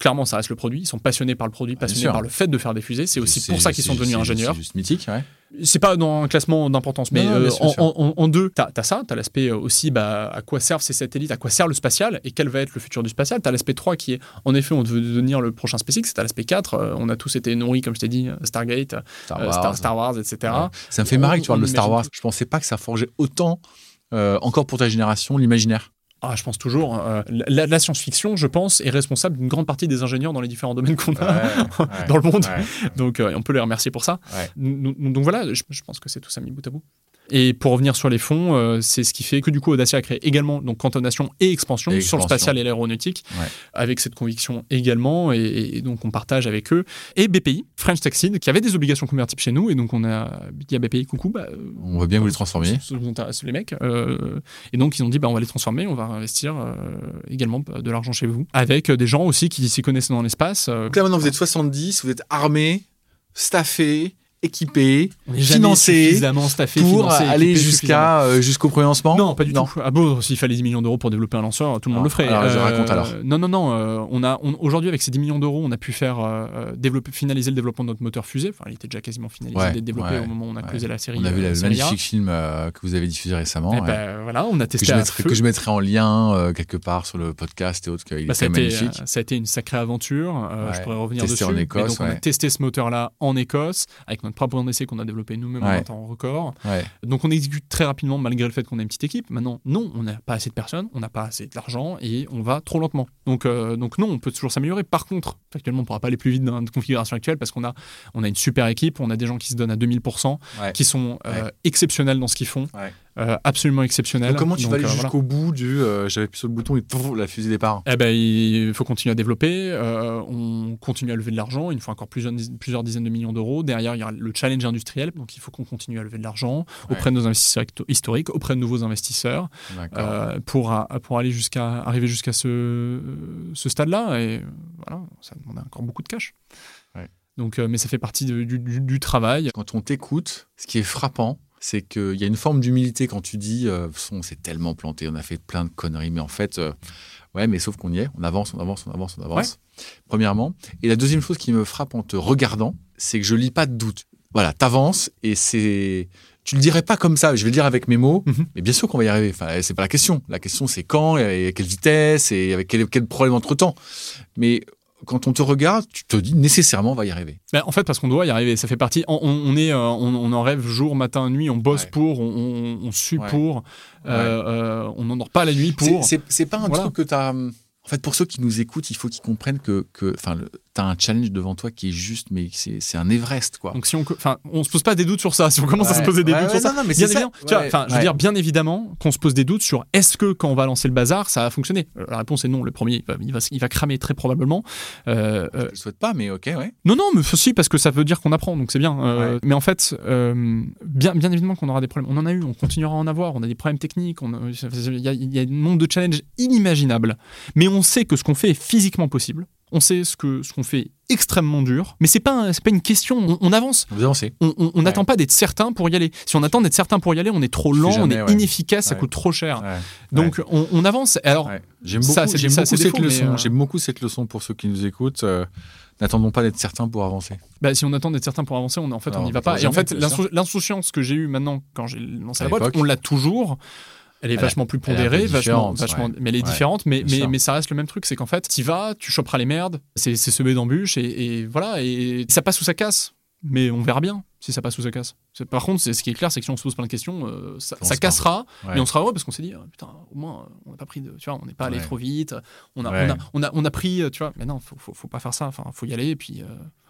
clairement, ça reste le produit. Ils sont passionnés par le produit, passionnés par le fait de faire des fusées. C'est aussi pour ça qu'ils sont devenus ingénieurs. C'est juste mythique, ouais. C'est pas dans un classement d'importance, mais non, non, euh, en, en, en deux, t'as, t'as ça, t'as l'aspect aussi, bah, à quoi servent ces satellites, à quoi sert le spatial et quel va être le futur du spatial. T'as l'aspect trois qui est, en effet, on veut devenir le prochain SpaceX. T'as l'aspect quatre, euh, on a tous été nourris, comme je t'ai dit, Stargate, Star Wars, euh, Star, Star Wars et cetera. Ouais. Ça me fait marrer que tu parles de Star Wars. Je pensais pas que ça forgeait autant, euh, encore pour ta génération, l'imaginaire. Ah, je pense toujours. Euh, la, la science-fiction, je pense, est responsable d'une grande partie des ingénieurs dans les différents domaines qu'on a ouais, ouais, dans le monde. Ouais. Donc, euh, on peut les remercier pour ça. Ouais. Donc, donc voilà, je, je pense que c'est tout ça mis bout à bout. Et pour revenir sur les fonds, euh, c'est ce qui fait que du coup Audacia a créé également donc cantonation et expansion, et expansion. sur le spatial et l'aéronautique, ouais. avec cette conviction également, et, et donc on partage avec eux. Et B P I, French Taxid, qui avait des obligations convertibles chez nous, et donc on a dit à B P I, coucou, bah, on va bien vous les transformer. Ça vous intéresse les mecs, euh, et donc ils ont dit, bah, on va les transformer, on va investir euh, également de l'argent chez vous, avec des gens aussi qui s'y connaissaient dans l'espace. Euh, donc là maintenant vous êtes soixante-dix, vous êtes armés, staffés, équipé, financé staffé, pour financé, aller jusqu'à euh, jusqu'au premier lancement. Non, pas du non. tout. Ah bon, s'il fallait dix millions d'euros pour développer un lanceur, tout le monde non. le ferait. Alors, euh, je raconte alors. Non, non, non. Euh, on a on, aujourd'hui avec ces dix millions d'euros, on a pu faire euh, développer, finaliser le développement de notre moteur fusée. Enfin, il était déjà quasiment finalisé, ouais, développé ouais, au moment où on a ouais. closé la série. On a vu euh, le magnifique film euh, que vous avez diffusé récemment. Et ouais. ben, voilà, on a testé que je, à mettrai, feu. que je mettrai en lien euh, quelque part sur le podcast et autres. Il bah, est magnifique. Ça a été une sacrée aventure. Je pourrais revenir dessus. En Écosse. Donc on a testé ce moteur-là en Écosse avec notre propre essai qu'on a développé nous. Même ouais. en temps record. Ouais. Donc on exécute très rapidement malgré le fait qu'on a une petite équipe. Maintenant, non, on n'a pas assez de personnes, on n'a pas assez d'argent et on va trop lentement. Donc, euh, donc non, on peut toujours s'améliorer. Par contre, actuellement, on ne pourra pas aller plus vite dans notre configuration actuelle parce qu'on a, on a une super équipe, on a des gens qui se donnent à deux mille pour cent, ouais. qui sont euh, ouais. exceptionnels dans ce qu'ils font. Ouais. Euh, absolument exceptionnel. Donc comment tu Donc, vas aller euh, jusqu'au voilà. bout du euh, j'avais appuyé sur le bouton et pouf, la fusée départ? Eh ben, il faut continuer à développer. Euh, on continue à lever de l'argent. Il nous faut encore plusieurs, plusieurs dizaines de millions d'euros. Derrière, il y a le challenge industriel. Donc il faut qu'on continue à lever de l'argent ouais. auprès de nos investisseurs historiques, auprès de nouveaux investisseurs, euh, pour, pour aller jusqu'à, arriver jusqu'à ce, ce stade-là. Et voilà, ça demande encore beaucoup de cash. Ouais. Donc, euh, mais ça fait partie de, du, du, du travail. Quand on t'écoute, ce qui est frappant, c'est qu'il y a une forme d'humilité quand tu dis euh, on s'est tellement planté, on a fait plein de conneries, mais en fait, euh, ouais, mais sauf qu'on y est, on avance, on avance, on avance, on avance, ouais. premièrement. Et la deuxième chose qui me frappe en te regardant, c'est que je lis pas de doute. Voilà, t'avances et c'est... Tu le dirais pas comme ça, je vais le dire avec mes mots, mm-hmm. mais bien sûr qu'on va y arriver. Enfin, c'est pas la question. La question, c'est quand, et à quelle vitesse, et avec quel, quel problème entre-temps. Mais... quand on te regarde, tu te dis nécessairement on va y arriver. Ben, en fait, parce qu'on doit y arriver, ça fait partie. On, on est, euh, on, on en rêve jour, matin, nuit. On bosse ouais. pour, on, on, on sue ouais. pour. Euh, ouais. euh, on n'endort pas la nuit pour. C'est, c'est, c'est pas un voilà. truc que t'as. En fait, pour ceux qui nous écoutent, il faut qu'ils comprennent que, que, enfin, t'as un challenge devant toi qui est juste, mais c'est, c'est un Everest, quoi. Donc si on, enfin, on se pose pas des doutes sur ça. Si on commence ouais. à se poser des ouais, doutes ouais, sur non, ça, non, mais bien c'est évidemment. ça. Tu vois, ouais. enfin, je veux ouais. dire, bien évidemment, qu'on se pose des doutes sur est-ce que quand on va lancer le bazar, ça va fonctionner. La réponse est non. Le premier, il va, il va, il va cramer très probablement. Euh, je euh, le souhaite pas, mais ok, ouais. Non, non, mais si, parce que ça veut dire qu'on apprend, donc c'est bien. Euh, ouais. Mais en fait, euh, bien, bien évidemment qu'on aura des problèmes. On en a eu, on continuera à en avoir. On a des problèmes techniques. Il y a, il y a un nombre de challenges inimaginables. Mais on sait que ce qu'on fait est physiquement possible. On sait ce que ce qu'on fait extrêmement dur, mais c'est pas un, c'est pas une question. On, on avance. Vous avancez. On n'attend ouais. pas d'être certain pour y aller. Si on attend d'être certain pour y aller, on est trop lent, jamais, on est ouais. inefficace, ouais. ça coûte trop cher. Ouais. Donc ouais. On, on avance. Alors ouais. j'aime beaucoup, ça, c'est, j'aime, ça, beaucoup cette défaut, leçon. Euh... J'aime beaucoup cette leçon pour ceux qui nous écoutent. Euh, n'attendons pas d'être certain pour avancer. Bah, si on attend d'être certain pour avancer, on en fait Alors, on n'y va pas. Et en fait, l'insou- l'insouciance que j'ai eue maintenant quand j'ai lancé la boîte, on l'a toujours. Elle est elle vachement a, plus pondérée, vachement, vachement, ouais. mais elle est ouais. différente, mais, mais, mais ça reste le même truc, c'est qu'en fait, t'y vas, tu choperas les merdes, c'est, c'est semé d'embûches, et, et voilà, et ça passe ou ça casse, mais on verra bien si ça passe ou ça casse. C'est, par contre, c'est, ce qui est clair, c'est que si on se pose plein de questions, euh, ça, ça cassera, ouais. mais on sera heureux parce qu'on s'est dit, oh, putain, au moins, on n'a pas pris de, tu vois, on n'est pas allé ouais. trop vite, on a, ouais. on, a, on, a, on a pris, tu vois, mais non, faut, faut, faut pas faire ça, enfin, faut y aller, et puis... Euh,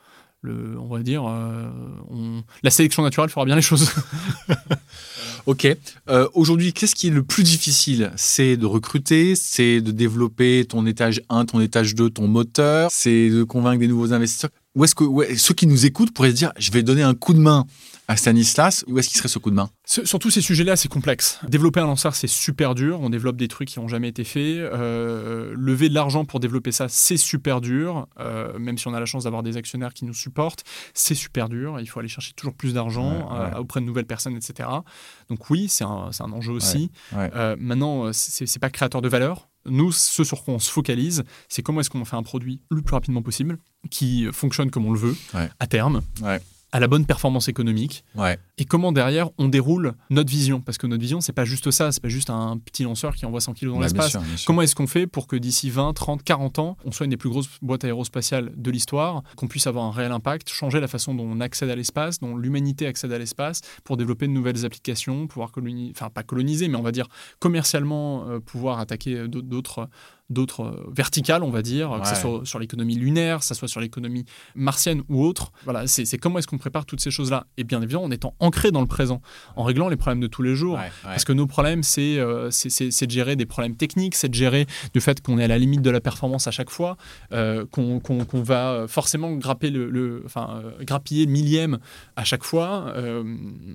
Le, on va dire, euh, on... la sélection naturelle fera bien les choses. Ok. Euh, aujourd'hui, qu'est-ce qui est le plus difficile ? C'est de recruter, c'est de développer ton étage un, ton étage deux, ton moteur, c'est de convaincre des nouveaux investisseurs. Ou est-ce que ouais, ceux qui nous écoutent pourraient se dire, je vais donner un coup de main à Stanislas, où est-ce qu'il serait ce coup de main? Sur tous ces sujets-là, c'est complexe. Développer un lanceur, c'est super dur. On développe des trucs qui n'ont jamais été faits. Euh, lever de l'argent pour développer ça, c'est super dur. Euh, même si on a la chance d'avoir des actionnaires qui nous supportent, c'est super dur. Il faut aller chercher toujours plus d'argent ouais, ouais. Euh, auprès de nouvelles personnes, et cetera. Donc oui, c'est un, c'est un enjeu aussi. Ouais, ouais. Euh, maintenant, c'est, c'est pas créateur de valeur. Nous, ce sur quoi on se focalise, c'est comment est-ce qu'on fait un produit le plus rapidement possible, qui fonctionne comme on le veut, ouais. à terme. Ouais. À la bonne performance économique, ouais. et comment derrière on déroule notre vision, parce que notre vision c'est pas juste ça, c'est pas juste un petit lanceur qui envoie cent kilos dans bah, l'espace. Bien sûr, bien sûr. Comment est-ce qu'on fait pour que d'ici vingt, trente, quarante ans, on soit une des plus grosses boîtes aérospatiales de l'histoire, qu'on puisse avoir un réel impact, changer la façon dont on accède à l'espace, dont l'humanité accède à l'espace, pour développer de nouvelles applications, pouvoir coloniser, enfin pas coloniser, mais on va dire commercialement euh, pouvoir attaquer d'autres d'autres verticales, on va dire, ouais. que ce soit sur l'économie lunaire, que ce soit sur l'économie martienne ou autre. Voilà, c'est, c'est comment est-ce qu'on prépare toutes ces choses-là. Et bien évidemment, en étant ancré dans le présent, en réglant les problèmes de tous les jours. Ouais, ouais. Parce que nos problèmes, c'est, euh, c'est, c'est, c'est de gérer des problèmes techniques, c'est de gérer le fait qu'on est à la limite de la performance à chaque fois, euh, qu'on, qu'on, qu'on va forcément grapper le, le, enfin, euh, grappiller le millième à chaque fois. Euh,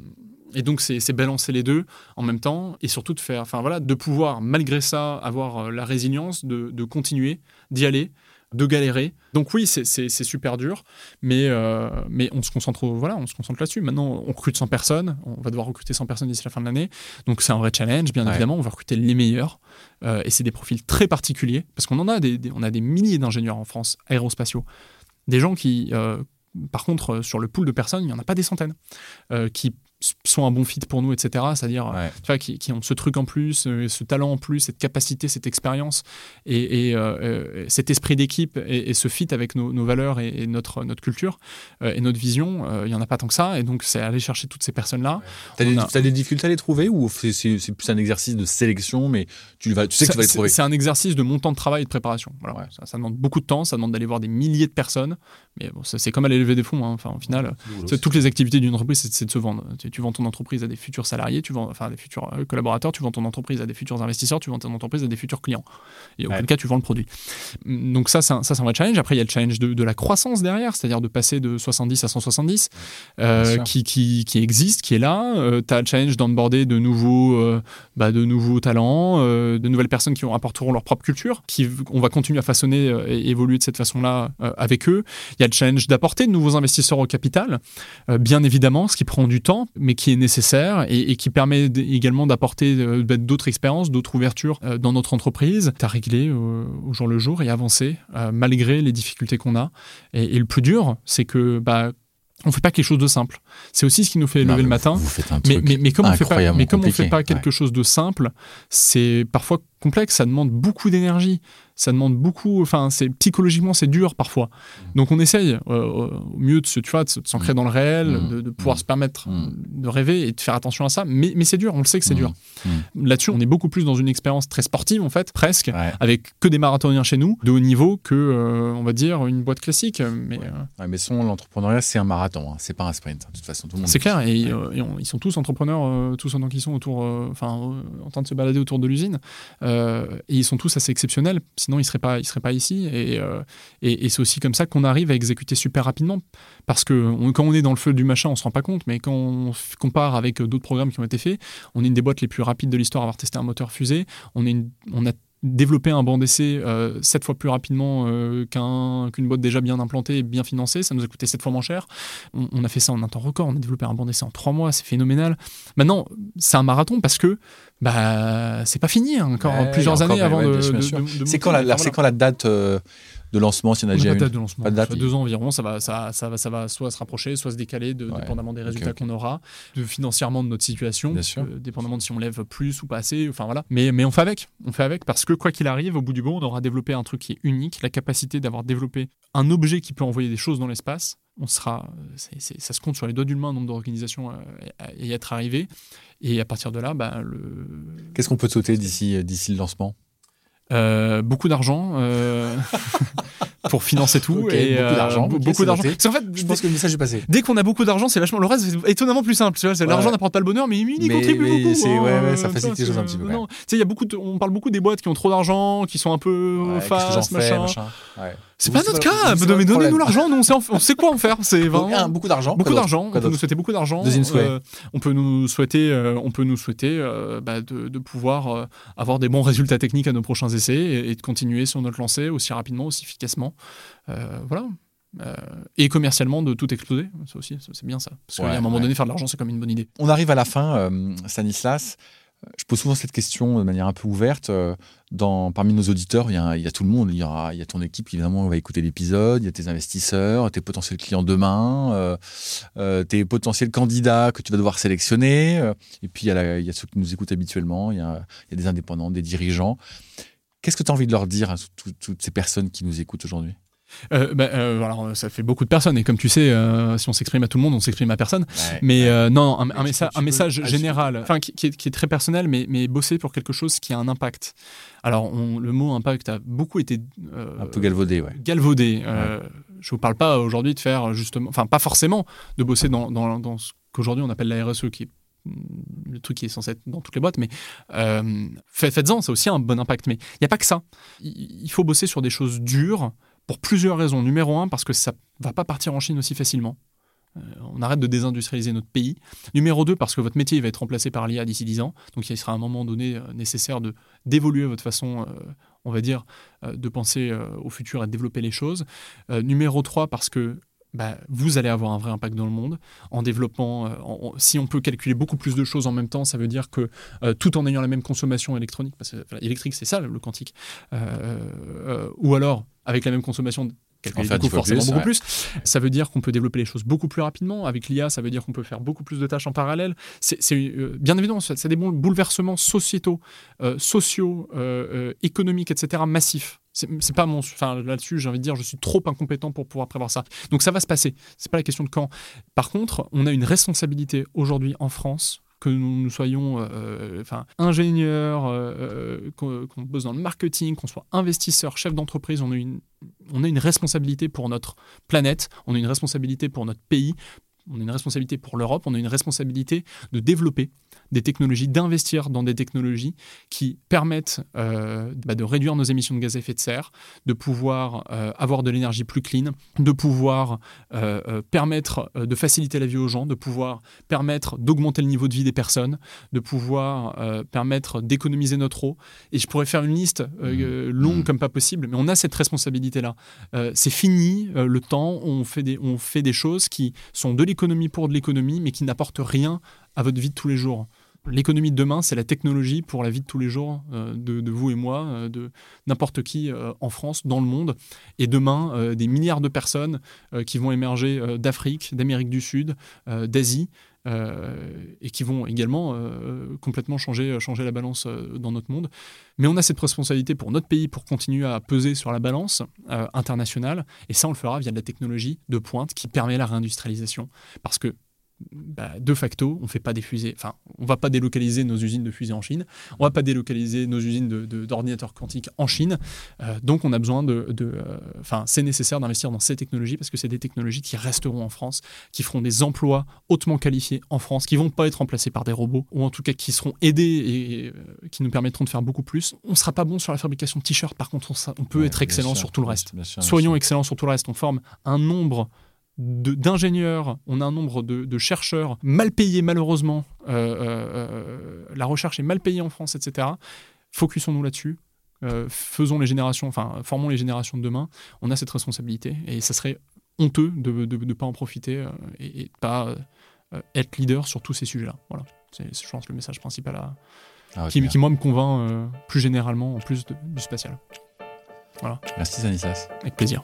Et donc, c'est, c'est balancer les deux en même temps et surtout de faire, enfin voilà, de pouvoir, malgré ça, avoir la résilience de, de continuer, d'y aller, de galérer. Donc oui, c'est, c'est, c'est super dur, mais, euh, mais on se concentre, voilà, on se concentre là-dessus. Maintenant, on recrute cent personnes, on va devoir recruter cent personnes d'ici la fin de l'année. Donc c'est un vrai challenge, bien ouais. évidemment. On va recruter les meilleurs euh, et c'est des profils très particuliers parce qu'on en a des, des, on a des milliers d'ingénieurs en France aérospatiaux. Des gens qui, euh, par contre, sur le pool de personnes, il n'y en a pas des centaines, euh, qui sont un bon fit pour nous, et cetera. C'est-à-dire ouais. tu vois, qui, qui ont ce truc en plus, euh, ce talent en plus, cette capacité, cette expérience et, et euh, cet esprit d'équipe et, et ce fit avec nos, nos valeurs et, et notre, notre culture euh, et notre vision. Il euh, n'y en a pas tant que ça. Et donc, c'est aller chercher toutes ces personnes-là. Ouais. Tu as des, a... des difficultés à les trouver ou c'est, c'est, c'est plus un exercice de sélection, mais tu, vas, tu sais ça, que tu vas les trouver? C'est un exercice de montant de travail et de préparation. Voilà. Ouais. Ça, ça demande beaucoup de temps. Ça demande d'aller voir des milliers de personnes. Mais bon, ça, c'est comme aller lever des fonds. Hein. Enfin, au final, c'est, toutes les activités d'une entreprise, c'est, c'est de se vendre. Tu, tu vends ton entreprise à des futurs salariés, tu vends, enfin à des futurs collaborateurs, tu vends ton entreprise à des futurs investisseurs, tu vends ton entreprise à des futurs clients. Et auquel ouais. cas, tu vends le produit. Donc ça, c'est un, ça, c'est un vrai challenge. Après, il y a le challenge de, de la croissance derrière, c'est-à-dire de passer de soixante-dix à cent soixante-dix, euh, qui, qui, qui existe, qui est là. Euh, tu as le challenge d'onboarder de nouveaux, euh, bah, de nouveaux talents, euh, de nouvelles personnes qui apporteront leur propre culture, qui, on va continuer à façonner euh, et évoluer de cette façon-là euh, avec eux. Il y a le challenge d'apporter de nouveaux investisseurs au capital, euh, bien évidemment, ce qui prend du temps, mais qui est nécessaire. Et, et qui permet également d'apporter euh, d'autres expériences, d'autres ouvertures euh, dans notre entreprise, à régler euh, au jour le jour et avancer euh, malgré les difficultés qu'on a. Et, et le plus dur, c'est que bah, on ne fait pas quelque chose de simple. C'est aussi ce qui nous fait non, lever le matin. Vous faites un mais, truc mais, mais comme on fait pas, mais comme on fait pas quelque ouais. chose de simple, c'est parfois complexe. Ça demande beaucoup d'énergie. Ça demande beaucoup, enfin, c'est, psychologiquement, c'est dur parfois. Donc, on essaye euh, au mieux de, se, tu vois, de, se, de s'ancrer dans le réel, mmh. de, de pouvoir mmh. se permettre mmh. de rêver et de faire attention à ça. Mais, mais c'est dur, on le sait que c'est mmh. dur. Mmh. Là-dessus, on est beaucoup plus dans une expérience très sportive, en fait, presque, ouais. avec que des marathoniens chez nous, de haut niveau, que, euh, on va dire, une boîte classique. Mais, ouais. Euh... Ouais, mais son, l'entrepreneuriat, c'est un marathon, hein. C'est pas un sprint, de toute façon. Tout le monde c'est clair, et, euh, et on, ils sont tous entrepreneurs, euh, tous autant qu'ils sont autour, enfin, euh, en train de se balader autour de l'usine. Euh, et ils sont tous assez exceptionnels, sinon ils seraient pas, ils seraient pas ici. Et, euh, et, et c'est aussi comme ça qu'on arrive à exécuter super rapidement. Parce que on, quand on est dans le feu du machin, on se rend pas compte, mais quand on f- compare avec d'autres programmes qui ont été faits, on est une des boîtes les plus rapides de l'histoire à avoir testé un moteur fusée. On, est une, on a développer un banc d'essai euh, sept fois plus rapidement euh, qu'un, qu'une boîte déjà bien implantée et bien financée. Ça nous a coûté sept fois moins cher. On, on a fait ça en un temps record. On a développé un banc d'essai en trois mois. C'est phénoménal. Maintenant, c'est un marathon parce que bah, c'est pas fini. Hein, encore ouais, plusieurs encore, années avant ouais, de, de, de, de, de c'est, quand la, la, c'est quand la date euh, de lancement, s'il y en a déjà une. Pas de date de lancement. Pas de date. Deux ans environ. Ça va, ça, ça, va, ça va soit se rapprocher, soit se décaler, de, ouais, dépendamment des résultats okay, qu'on aura, de financièrement de notre situation, euh, dépendamment de si on lève plus ou pas assez. Enfin voilà. Mais, mais on fait avec. On fait avec parce que quoi qu'il arrive, au bout du bout, on aura développé un truc qui est unique, la capacité d'avoir développé un objet qui peut envoyer des choses dans l'espace. On sera, c'est, c'est, ça se compte sur les doigts d'une main, le nombre d'organisations à y être arrivé. Et à partir de là, bah, le... Qu'est-ce qu'on peut te sauter d'ici, d'ici le lancement ? Euh, beaucoup d'argent euh, pour financer tout. Okay, et beaucoup d'argent. Euh, okay, beaucoup d'argent. Parce qu'en fait, je pense que le message est passé. Dès qu'on a beaucoup d'argent, c'est vachement. Le reste, c'est étonnamment plus simple. Tu vois, c'est ouais. L'argent n'apporte pas le bonheur, mais il y contribue mais beaucoup. C'est, hein, ouais, ouais, ça facilite les choses un petit peu. Tu sais, il y a beaucoup. De, on parle beaucoup des boîtes qui ont trop d'argent, qui sont un peu ouais, face, machin. machin. Ouais. C'est pas notre cas. Mais donnez-nous l'argent, nous on sait, en, on sait quoi en faire. C'est vraiment un, beaucoup d'argent. Beaucoup d'argent. On peut nous souhaiter beaucoup d'argent. Deuxième souhait. Euh, on peut nous souhaiter, euh, on peut nous souhaiter euh, bah, de, de pouvoir euh, avoir des bons résultats techniques à nos prochains essais et, et de continuer sur notre lancée aussi rapidement, aussi efficacement. Euh, voilà. Euh, et commercialement de tout exploser. Ça aussi, c'est bien ça. Parce ouais, qu'à un moment ouais. donné, faire de l'argent, c'est comme une bonne idée. On arrive à la fin, euh, Stanislas. Je pose souvent cette question de manière un peu ouverte. Dans, parmi nos auditeurs, il y, a, il y a tout le monde. Il y, a, il y a ton équipe qui, évidemment, va écouter l'épisode. Il y a tes investisseurs, tes potentiels clients demain, euh, euh, tes potentiels candidats que tu vas devoir sélectionner. Et puis, il y, a la, il y a ceux qui nous écoutent habituellement. Il y a, il y a des indépendants, des dirigeants. Qu'est-ce que tu as envie de leur dire à tout, toutes ces personnes qui nous écoutent aujourd'hui ? Euh, bah, euh, alors, ça fait beaucoup de personnes et comme tu sais, euh, si on s'exprime à tout le monde, on s'exprime à personne. Ouais, mais ouais. Euh, non, un, un, messa- un message général, enfin qui, qui, est, qui est très personnel, mais, mais bosser pour quelque chose qui a un impact. Alors, on, le mot impact a beaucoup été euh, un peu galvaudé. Ouais. Galvaudé. Euh, ouais. Je vous parle pas aujourd'hui de faire justement, enfin pas forcément de bosser dans, dans, dans ce qu'aujourd'hui on appelle la R S E, qui est le truc qui est censé être dans toutes les boîtes, mais euh, faites-en, c'est aussi un bon impact. Mais il n'y a pas que ça. Il, il faut bosser sur des choses dures. Pour plusieurs raisons. Numéro un, parce que ça ne va pas partir en Chine aussi facilement. Euh, on arrête de désindustrialiser notre pays. Numéro deux, parce que votre métier va être remplacé par l'I A d'ici dix ans. Donc il sera à un moment donné euh, nécessaire de, d'évoluer votre façon, euh, on va dire, euh, de penser euh, au futur et de développer les choses. Euh, numéro trois, parce que bah, vous allez avoir un vrai impact dans le monde en développant. Euh, en, en, si on peut calculer beaucoup plus de choses en même temps, ça veut dire que euh, tout en ayant la même consommation électronique, parce que enfin, électrique, c'est ça le quantique, euh, euh, ou alors avec la même consommation. Calculer beaucoup, forcément plus, beaucoup ouais. plus. Ça veut dire qu'on peut développer les choses beaucoup plus rapidement. Avec l'I A, ça veut dire qu'on peut faire beaucoup plus de tâches en parallèle. C'est, c'est euh, bien évidemment, c'est des bouleversements sociétaux, euh, sociaux, euh, euh, économiques, et cetera massifs. C'est, c'est pas mon, enfin là-dessus, j'ai envie de dire, je suis trop incompétent pour pouvoir prévoir ça. Donc ça va se passer. C'est pas la question de quand. Par contre, on a une responsabilité aujourd'hui en France. Que nous, nous soyons euh, enfin, ingénieurs, euh, qu'on, qu'on bosse dans le marketing, qu'on soit investisseurs, chefs d'entreprise, on a, une, on a une responsabilité pour notre planète, on a une responsabilité pour notre pays, on a une responsabilité pour l'Europe, on a une responsabilité de développer des technologies, d'investir dans des technologies qui permettent euh, bah, de réduire nos émissions de gaz à effet de serre, de pouvoir euh, avoir de l'énergie plus clean, de pouvoir euh, euh, permettre euh, de faciliter la vie aux gens, de pouvoir permettre d'augmenter le niveau de vie des personnes, de pouvoir euh, permettre d'économiser notre eau. Et je pourrais faire une liste euh, longue mmh. comme pas possible, mais on a cette responsabilité-là. Euh, c'est fini euh, le temps, on fait, des, on fait des choses qui sont de l'économie pour de l'économie, mais qui n'apportent rien à votre vie de tous les jours. L'économie de demain, c'est la technologie pour la vie de tous les jours euh, de, de vous et moi, euh, de n'importe qui euh, en France, dans le monde. Et demain, euh, des milliards de personnes euh, qui vont émerger euh, d'Afrique, d'Amérique du Sud, euh, d'Asie, euh, et qui vont également euh, complètement changer, changer la balance euh, dans notre monde. Mais on a cette responsabilité pour notre pays, pour continuer à peser sur la balance euh, internationale. Et ça, on le fera via de la technologie de pointe qui permet la réindustrialisation. Parce que Bah, de facto, on fait pas des fusées. Enfin, on va pas délocaliser nos usines de fusées en Chine. On va pas délocaliser nos usines de, de, d'ordinateurs quantiques en Chine. Euh, donc, on a besoin de. de euh, enfin, c'est nécessaire d'investir dans ces technologies parce que c'est des technologies qui resteront en France, qui feront des emplois hautement qualifiés en France, qui vont pas être remplacés par des robots ou en tout cas qui seront aidés et, et euh, qui nous permettront de faire beaucoup plus. On sera pas bon sur la fabrication de t-shirts. Par contre, on, on peut ouais, être excellent sûr, sur tout le reste. Bien sûr, bien Soyons sûr. excellents sur tout le reste. On forme un nombre De, d'ingénieurs, on a un nombre de, de chercheurs mal payés malheureusement, euh, euh, la recherche est mal payée en France, et cetera. Focusons-nous là-dessus, euh, faisons les générations, enfin formons les générations de demain. On a cette responsabilité et ça serait honteux de ne pas en profiter euh, et, et de pas euh, être leader sur tous ces sujets-là. Voilà, c'est, c'est je pense le message principal à, ah, qui, qui moi me convainc euh, plus généralement en plus de, du spatial. Voilà. Merci Stanislas. Avec plaisir.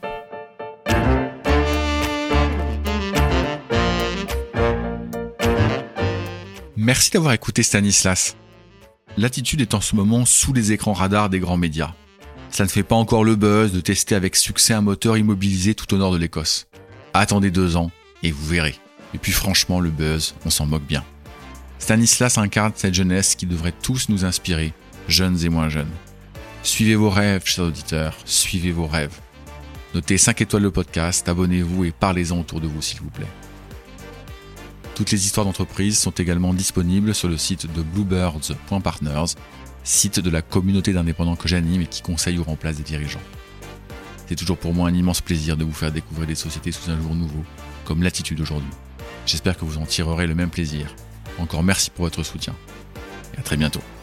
Merci d'avoir écouté Stanislas. Latitude est en ce moment sous les écrans radars des grands médias. Ça ne fait pas encore le buzz de tester avec succès un moteur immobilisé tout au nord de l'Écosse. Attendez deux ans et vous verrez. Et puis franchement, le buzz, on s'en moque bien. Stanislas incarne cette jeunesse qui devrait tous nous inspirer, jeunes et moins jeunes. Suivez vos rêves, chers auditeurs, suivez vos rêves. Notez cinq étoiles le podcast, abonnez-vous et parlez-en autour de vous s'il vous plaît. Toutes les histoires d'entreprise sont également disponibles sur le site de bluebirds point partners, site de la communauté d'indépendants que j'anime et qui conseille ou remplace des dirigeants. C'est toujours pour moi un immense plaisir de vous faire découvrir des sociétés sous un jour nouveau, comme Latitude aujourd'hui. J'espère que vous en tirerez le même plaisir. Encore merci pour votre soutien et à très bientôt.